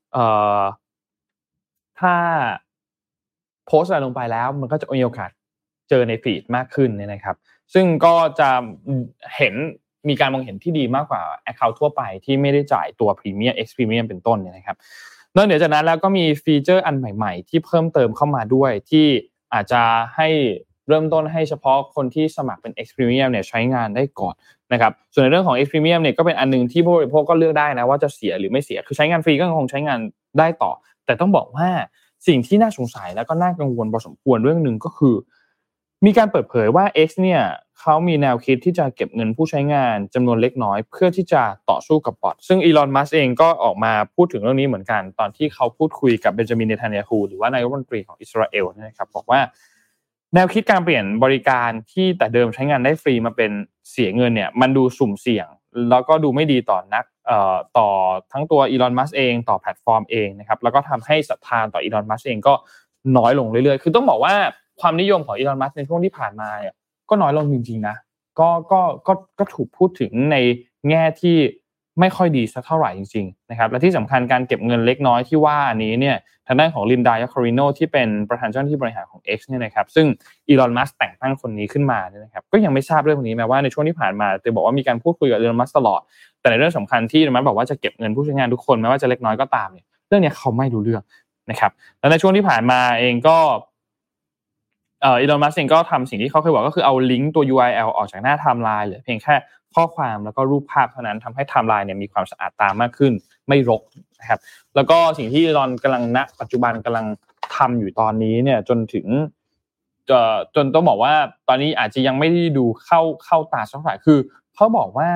[SPEAKER 2] ถ้าโพสต์อะไรลงไปแล้วมันก็จะมีโอกาสเจอในฟีดมากขึ้นเนี่ยนะครับซึ่งก็จะเห็นมีการมองเห็นที่ดีมากกว่า account ทั่วไปที่ไม่ได้จ่ายตัว Premium X Premium เป็นต้นเนี่ยนะครับนอกเหนือจากนั้นแล้วก็มีฟีเจอร์อันใหม่ๆที่เพิ่มเติมเข้ามาด้วยที่อาจจะให้เริ่มต้นให้เฉพาะคนที่สมัครเป็น X Premium เนี่ยใช้งานได้ก่อนนะครับส่วนในเรื่องของ X Premium เนี่ยก็เป็นอันนึงที่ผู้บริโภคก็เลือกได้นะว่าจะเสียหรือไม่เสียคือใช้งานฟรีก็คงใช้งานได้ต่อแต่ต้องบอกว่าสิ่งที่น่าสงสัยแล้วก็น่ากังวลพอสมควรเรื่องนึงก็คือมีการเปิดเผยว่า X เนี่ยเขามีแนวคิดที่จะเก็บเงินผู้ใช้งานจำนวนเล็กน้อยเพื่อที่จะต่อสู้กับบอทซึ่งอีลอนมัสก์เองก็ออกมาพูดถึงเรื่องนี้เหมือนกันตอนที่เขาพูดคุยกับเบนจามินเนทันยาฮูหรือว่านายกรัฐมนตรีของอิสราเอลนะครับบอกว่าแนวคิดการเปลี่ยนบริการที่แต่เดิมใช้งานได้ฟรีมาเป็นเสียเงินเนี่ยมันดูสุ่มเสี่ยงแล้วก็ดูไม่ดีต่อต่อทั้งตัวอีลอนมัสก์เองต่อแพลตฟอร์มเองนะครับแล้วก็ทำให้ศรัทธาต่ออีลอนมัสก์เองก็น้อยลงเรื่อยๆคือต้องบอกว่าความนิยมของอีลอนมัสก์ในช่วงที่ผ่านมาเนี่ยก็น้อยลงจริงๆนะก็ถูกพูดถึงในแง่ที่ไม่ค่อยดีสักเท่าไหร่จริงๆนะครับและที่สำคัญการเก็บเงินเล็กน้อยที่ว่านี้เนี่ยทางด้านของลินดายาคอริโนที่เป็นประธานเจ้าหน้าที่บริหารของ X เนี่ยนะครับซึ่งอีลอนมัสก์แต่งตั้งคนนี้ขึ้นมาเนี่ยนะครับก็ยังไม่ทราบเรื่องนี้แม้ว่าในช่วงที่ผ่านมาจะบอกว่ามีการพูดคุยกับอีลอนมัสก์ตลอดแต่ในเรื่องสำคัญที่อีลอนมัสก์บอกว่าจะเก็บเงินผู้ใช้งานทุกคนแม้ว่าจะเล็กน้อยก็ตามเนี่ยเรื่องนี้เขาไม่รู้เรื่องนะครับและในช่วงที่ผ่านมาเองก็อีลอนมัสก์เองก็ทำสิ่งที่เขาเคยบอกก็คือเอาลิงก์ตัว URL ออกจากหน้าไทม์ไลน์เหลือเพียงแค่ข้อความแล้วก็รูปภาพเท่านั้นทำให้ไทม์ไลน์เนี่ยมีความสะอาดตามากขึ้นไม่รกนะครับแล้วก็สิ่งที่อีลอนกำลังณปัจจุบันกำลังทำอยู่ตอนนี้เนี่ยจนต้องบอกว่าตอนนี้อาจจะยังไม่ได้ดูเข้าตาสักเท่าไหร่คือเขาบอกว่า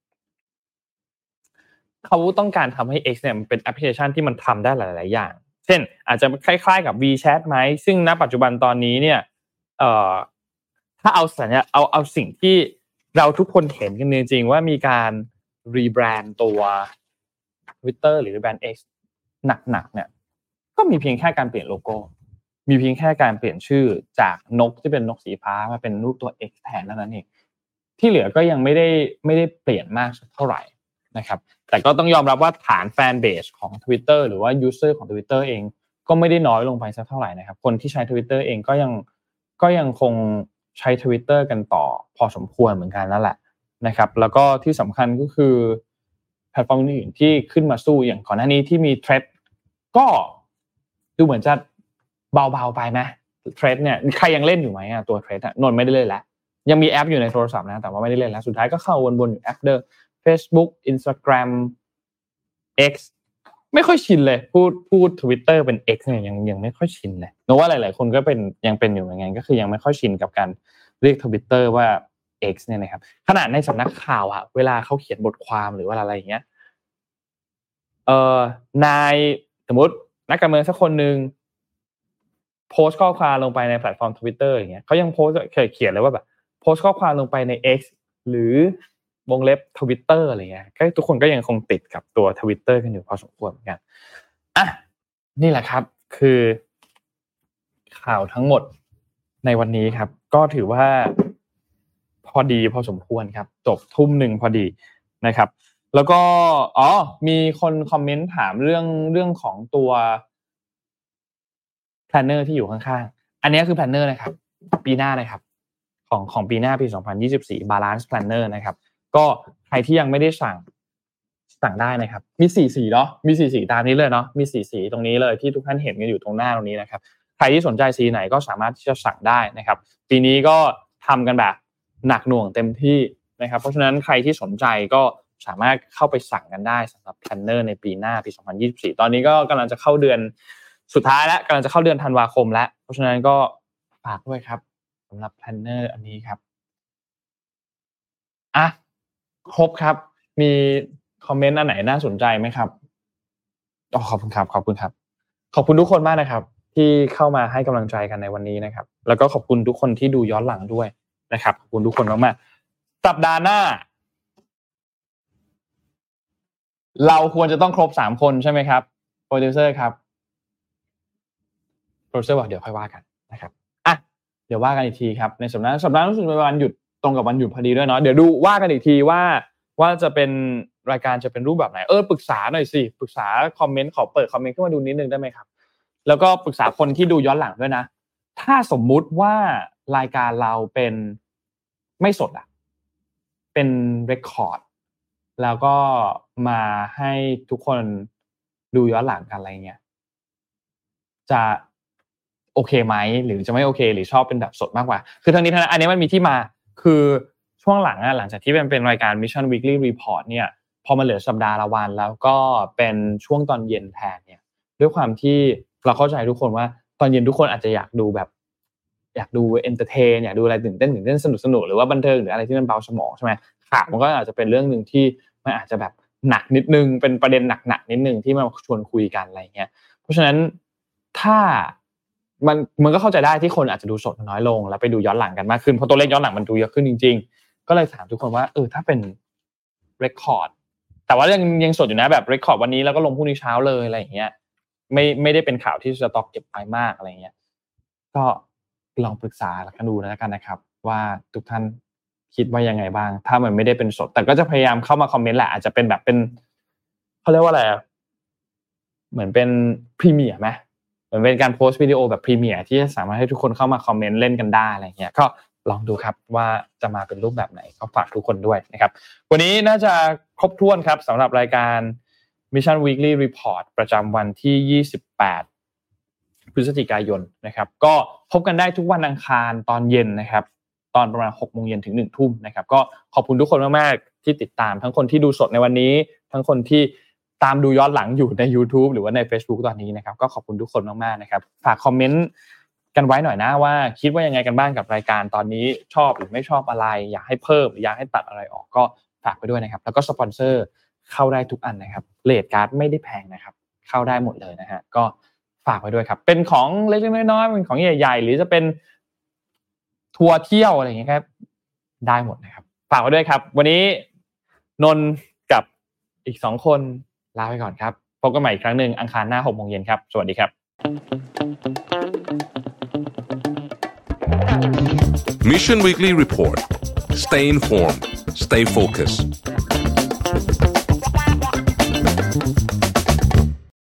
[SPEAKER 2] เขาต้องการทำให้ X เนี่ยมันเป็นแอปพลิเคชันที่มันทำได้หลายๆอย่างเช่นอาจจะคล้ายๆกับ WeChat ไหมซึ่งณปัจจุบันตอนนี้เนี่ยถ้าเอาสิ่งที่เราทุกคนเห็นกันจริงๆว่ามีการรีแบรนด์ตัว Twitter หรือแบรนด์ X หนักๆเนี่ยก็มีเพียงแค่การเปลี่ยนโลโก้มีเพียงแค่การเปลี่ยนชื่อจากนกที่เป็นนกสีฟ้ามาเป็นรูปตัว X แทนเท่านั้นเองที่เหลือก็ยังไม่ได้เปลี่ยนมากสักเท่าไหร่นะครับแต่ก็ต้องยอมรับว่าฐานแฟนเบสของ Twitter หรือว่า user ของ Twitter เองก็ไม่ได้น้อยลงไปสักเท่าไหร่นะครับคนที่ใช้ Twitter เองก็ยังคงใช้ Twitter กันต่อพอสมควรเหมือนกันนั่นแหละนะครับแล้วก็ที่สำคัญก็คือแพลตฟอร์มอื่นที่ขึ้นมาสู้อย่างก่อนหน้านี้ที่มี Threads ก็ดูเหมือนจะเบาๆไปไหม Threads เนี่ยใครยังเล่นอยู่ไหมตัว Threads นนท์ไม่ได้เล่นแล้วยังมีแอปอยู่ในโทรศัพท์นะแต่ว่าไม่ได้เล่นแล้วสุดท้ายก็เข้าวนๆอยู่แอปเดิม Facebook Instagram X ไม่ค่อยชินเลยพูด Twitter เป็น X เนี่ยยังไม่ค่อยชินเลยเพราะว่าหลายๆคนก็ยังเป็นอยู่เหมือนกันก็คือยังไม่ค่อยชินกับการเรียก Twitter ว่า X เนี่ยนะครับขนาดในสำนักข่าวเวลาเขาเขียนบทความหรือว่าอะไรอย่างเงี้ยนายสมมุตินักการเมืองสักคนนึงโพสต์ข้อความลงไปในแพลตฟอร์ม Twitter อย่างเงี้ยเขายังโพสต์เขียนเลยว่าแบบโพสต์ข้อความลงไปใน X หรือวงเล็บ Twitter อะไรเงี้ยก็ทุกคนก็ยังคงติดกับตัว Twitter กันอยู่พอสมควรเหมือนกันนี่แหละครับคือข่าวทั้งหมดในวันนี้ครับก็ถือว่าพอดีพอสมควรครับจบ 19:00 นพอดีนะครับแล้วก็มีคนคอมเมนต์ถามเรื่องของตัวแพลนเนอร์ที่อยู่ข้างๆอันนี้คือแพลนเนอร์นะครับปีหน้านะครับของปีหน้าปี2024 Balance Planner นะครับก็ใครที่ยังไม่ได้สั่งได้นะครับมี4สีเนาะมี4สีตามนี้เลยเนาะมี4สีตรงนี้เลยที่ทุกท่านเห็นกันอยู่ตรงหน้าตรงนี้นะครับใครที่สนใจสีไหนก็สามารถที่จะสั่งได้นะครับปีนี้ก็ทำกันแบบหนักหน่วงเต็มที่นะครับเพราะฉะนั้นใครที่สนใจก็สามารถเข้าไปสั่งกันได้สำหรับ Planner ในปีหน้าปี2024ตอนนี้ก็กำลังจะเข้าเดือนสุดท้ายแล้วกำลังจะเข้าเดือนธันวาคมแล้วเพราะฉะนั้นก็ฝากด้วยครับสำหรับ Planner อันนี้ครับอ่ะครบครับมีคอมเมนต์อันไหนน่าสนใจไหมครับขอบคุณครับขอบคุณทุกคนมากนะครับที่เข้ามาให้กำลังใจกันในวันนี้นะครับแล้วก็ขอบคุณทุกคนที่ดูย้อนหลังด้วยนะครับขอบคุณทุกคนมากๆสัปดาห์หน้าเราควรจะต้องครบ3คนใช่ไหมครับโปรดิวเซอร์ครับโปรดิวเซอร์บอกเดี๋ยวค่อยว่ากันนะครับเดี๋ยวว่ากันอีกทีครับในสัปดาห์รู้สึกเป็นวันหยุดตรงกับวันหยุดพอดีด้วยเนาะเดี๋ยวดูว่ากันอีกทีว่าจะเป็นรายการจะเป็นรูปแบบไหนปรึกษาหน่อยสิปรึกษาคอมเมนต์ขอเปิดคอมเมนต์ขึ้นมาดูนิดนึงได้ไหมครับแล้วก็ปรึกษาคนที่ดูย้อนหลังด้วยนะถ้าสมมุติว่ารายการเราเป็นไม่สดเป็นเรคคอร์ดแล้วก็มาให้ทุกคนดูย้อนหลังกันอะไรเงี้ยจะโอเคไหมหรือจะไม่โอเคหรือชอบเป็นแบบสดมากกว่าคือทั้งนี้ทั้งนั้นอันนี้มันมีที่มาคือช่วงหลังหลังจากที่เป็นรายการ Mission Weekly Report เนี่ยพอมาเหลือสัปดาห์ละวันแล้วก็เป็นช่วงตอนเย็นแทนเนี่ยด้วยความที่เราเข้าใจทุกคนว่าตอนเย็นทุกคนอาจจะอยากดูเอนเตอร์เทนอยากดูอะไรตื่นเต้นสนุกหรือว่าบันเทิงหรืออะไรที่มันเบาสมองใช่ไหมข่าวมันก็อาจจะเป็นเรื่องนึงที่มันอาจจะแบบหนักนิดนึงเป็นประเด็นหนักนิดนึงที่มาชวนคุยกันอะไรเงี้ยเพราะฉะนั้นถ้ามันก็เข้าใจได้ที่คนอาจจะดูสดน้อยลงแล้วไปดูย้อนหลังกันมากขึ้นเพราะตัวเลขย้อนหลังมันดูเยอะขึ้นจริงๆก็เลยถามทุกคนว่าถ้าเป็นเรคคอร์ดแต่ว่ายังสดอยู่นะแบบเรคคอร์ดวันนี้แล้วก็ลงพรุ่งนี้เช้าเลยอะไรอย่างเงี้ยไม่ได้เป็นข่าวที่สต็อกเก็บไว้มากอะไรเงี้ยก็ลองปรึกษากันดูแล้วกันนะครับว่าทุกท่านคิดว่ายังไงบ้างถ้ามันไม่ได้เป็นสดแต่ก็จะพยายามเข้ามาคอมเมนต์แหละอาจจะเป็นแบบเป็นเขาเรียกว่าอะไรเหมือนเป็นพรีเมียร์มั้ยเหมือนเป็นการโพสต์วิดีโอแบบพรีเมียร์ที่จะสามารถให้ทุกคนเข้ามาคอมเมนต์เล่นกันได้อะไรเงี้ยก็ลองดูครับว่าจะมาเป็นรูปแบบไหนก็ฝากทุกคนด้วยนะครับวันนี้น่าจะครบถ้วนครับสำหรับรายการ Mission Weekly Report ประจำวันที่28พฤศจิกายนนะครับก็พบกันได้ทุกวันอังคารตอนเย็นนะครับตอนประมาณ 18:00 นถึง 19:00 นนะครับก็ขอบคุณทุกคนมากๆที่ติดตามทั้งคนที่ดูสดในวันนี้ทั้งคนที่ตามดูย้อนหลังอยู่ใน YouTube หรือว่าใน Facebook ตอนนี้นะครับก็ขอบคุณทุกคนมากๆนะครับฝากคอมเมนต์กันไว้หน่อยนะว่าคิดว่ายังไงกันบ้างกับรายการตอนนี้ชอบหรือไม่ชอบอะไรอยากให้เพิ่มหรืออยากให้ตัดอะไรออกก็ฝากไปด้วยนะครับแล้วก็สปอนเซอร์เข้าได้ทุกอันนะครับเรทการ์ดไม่ได้แพงนะครับเข้าได้หมดเลยนะฮะก็ฝากไว้ด้วยครับเป็นของเล็กๆน้อยๆเป็นของใหญ่ๆหรือจะเป็นทัวร์เที่ยวอะไรอย่างเงี้ยครับได้หมดนะครับฝากไว้ด้วยครับวันนี้นนท์กับอีก2คนลาไปก่อนครับพบกันใหม่อีกครั้งนึงอังคารหน้า 18:00 นครับสวัสดีครับ
[SPEAKER 1] Mission Weekly Report. Stay informed. Stay focused.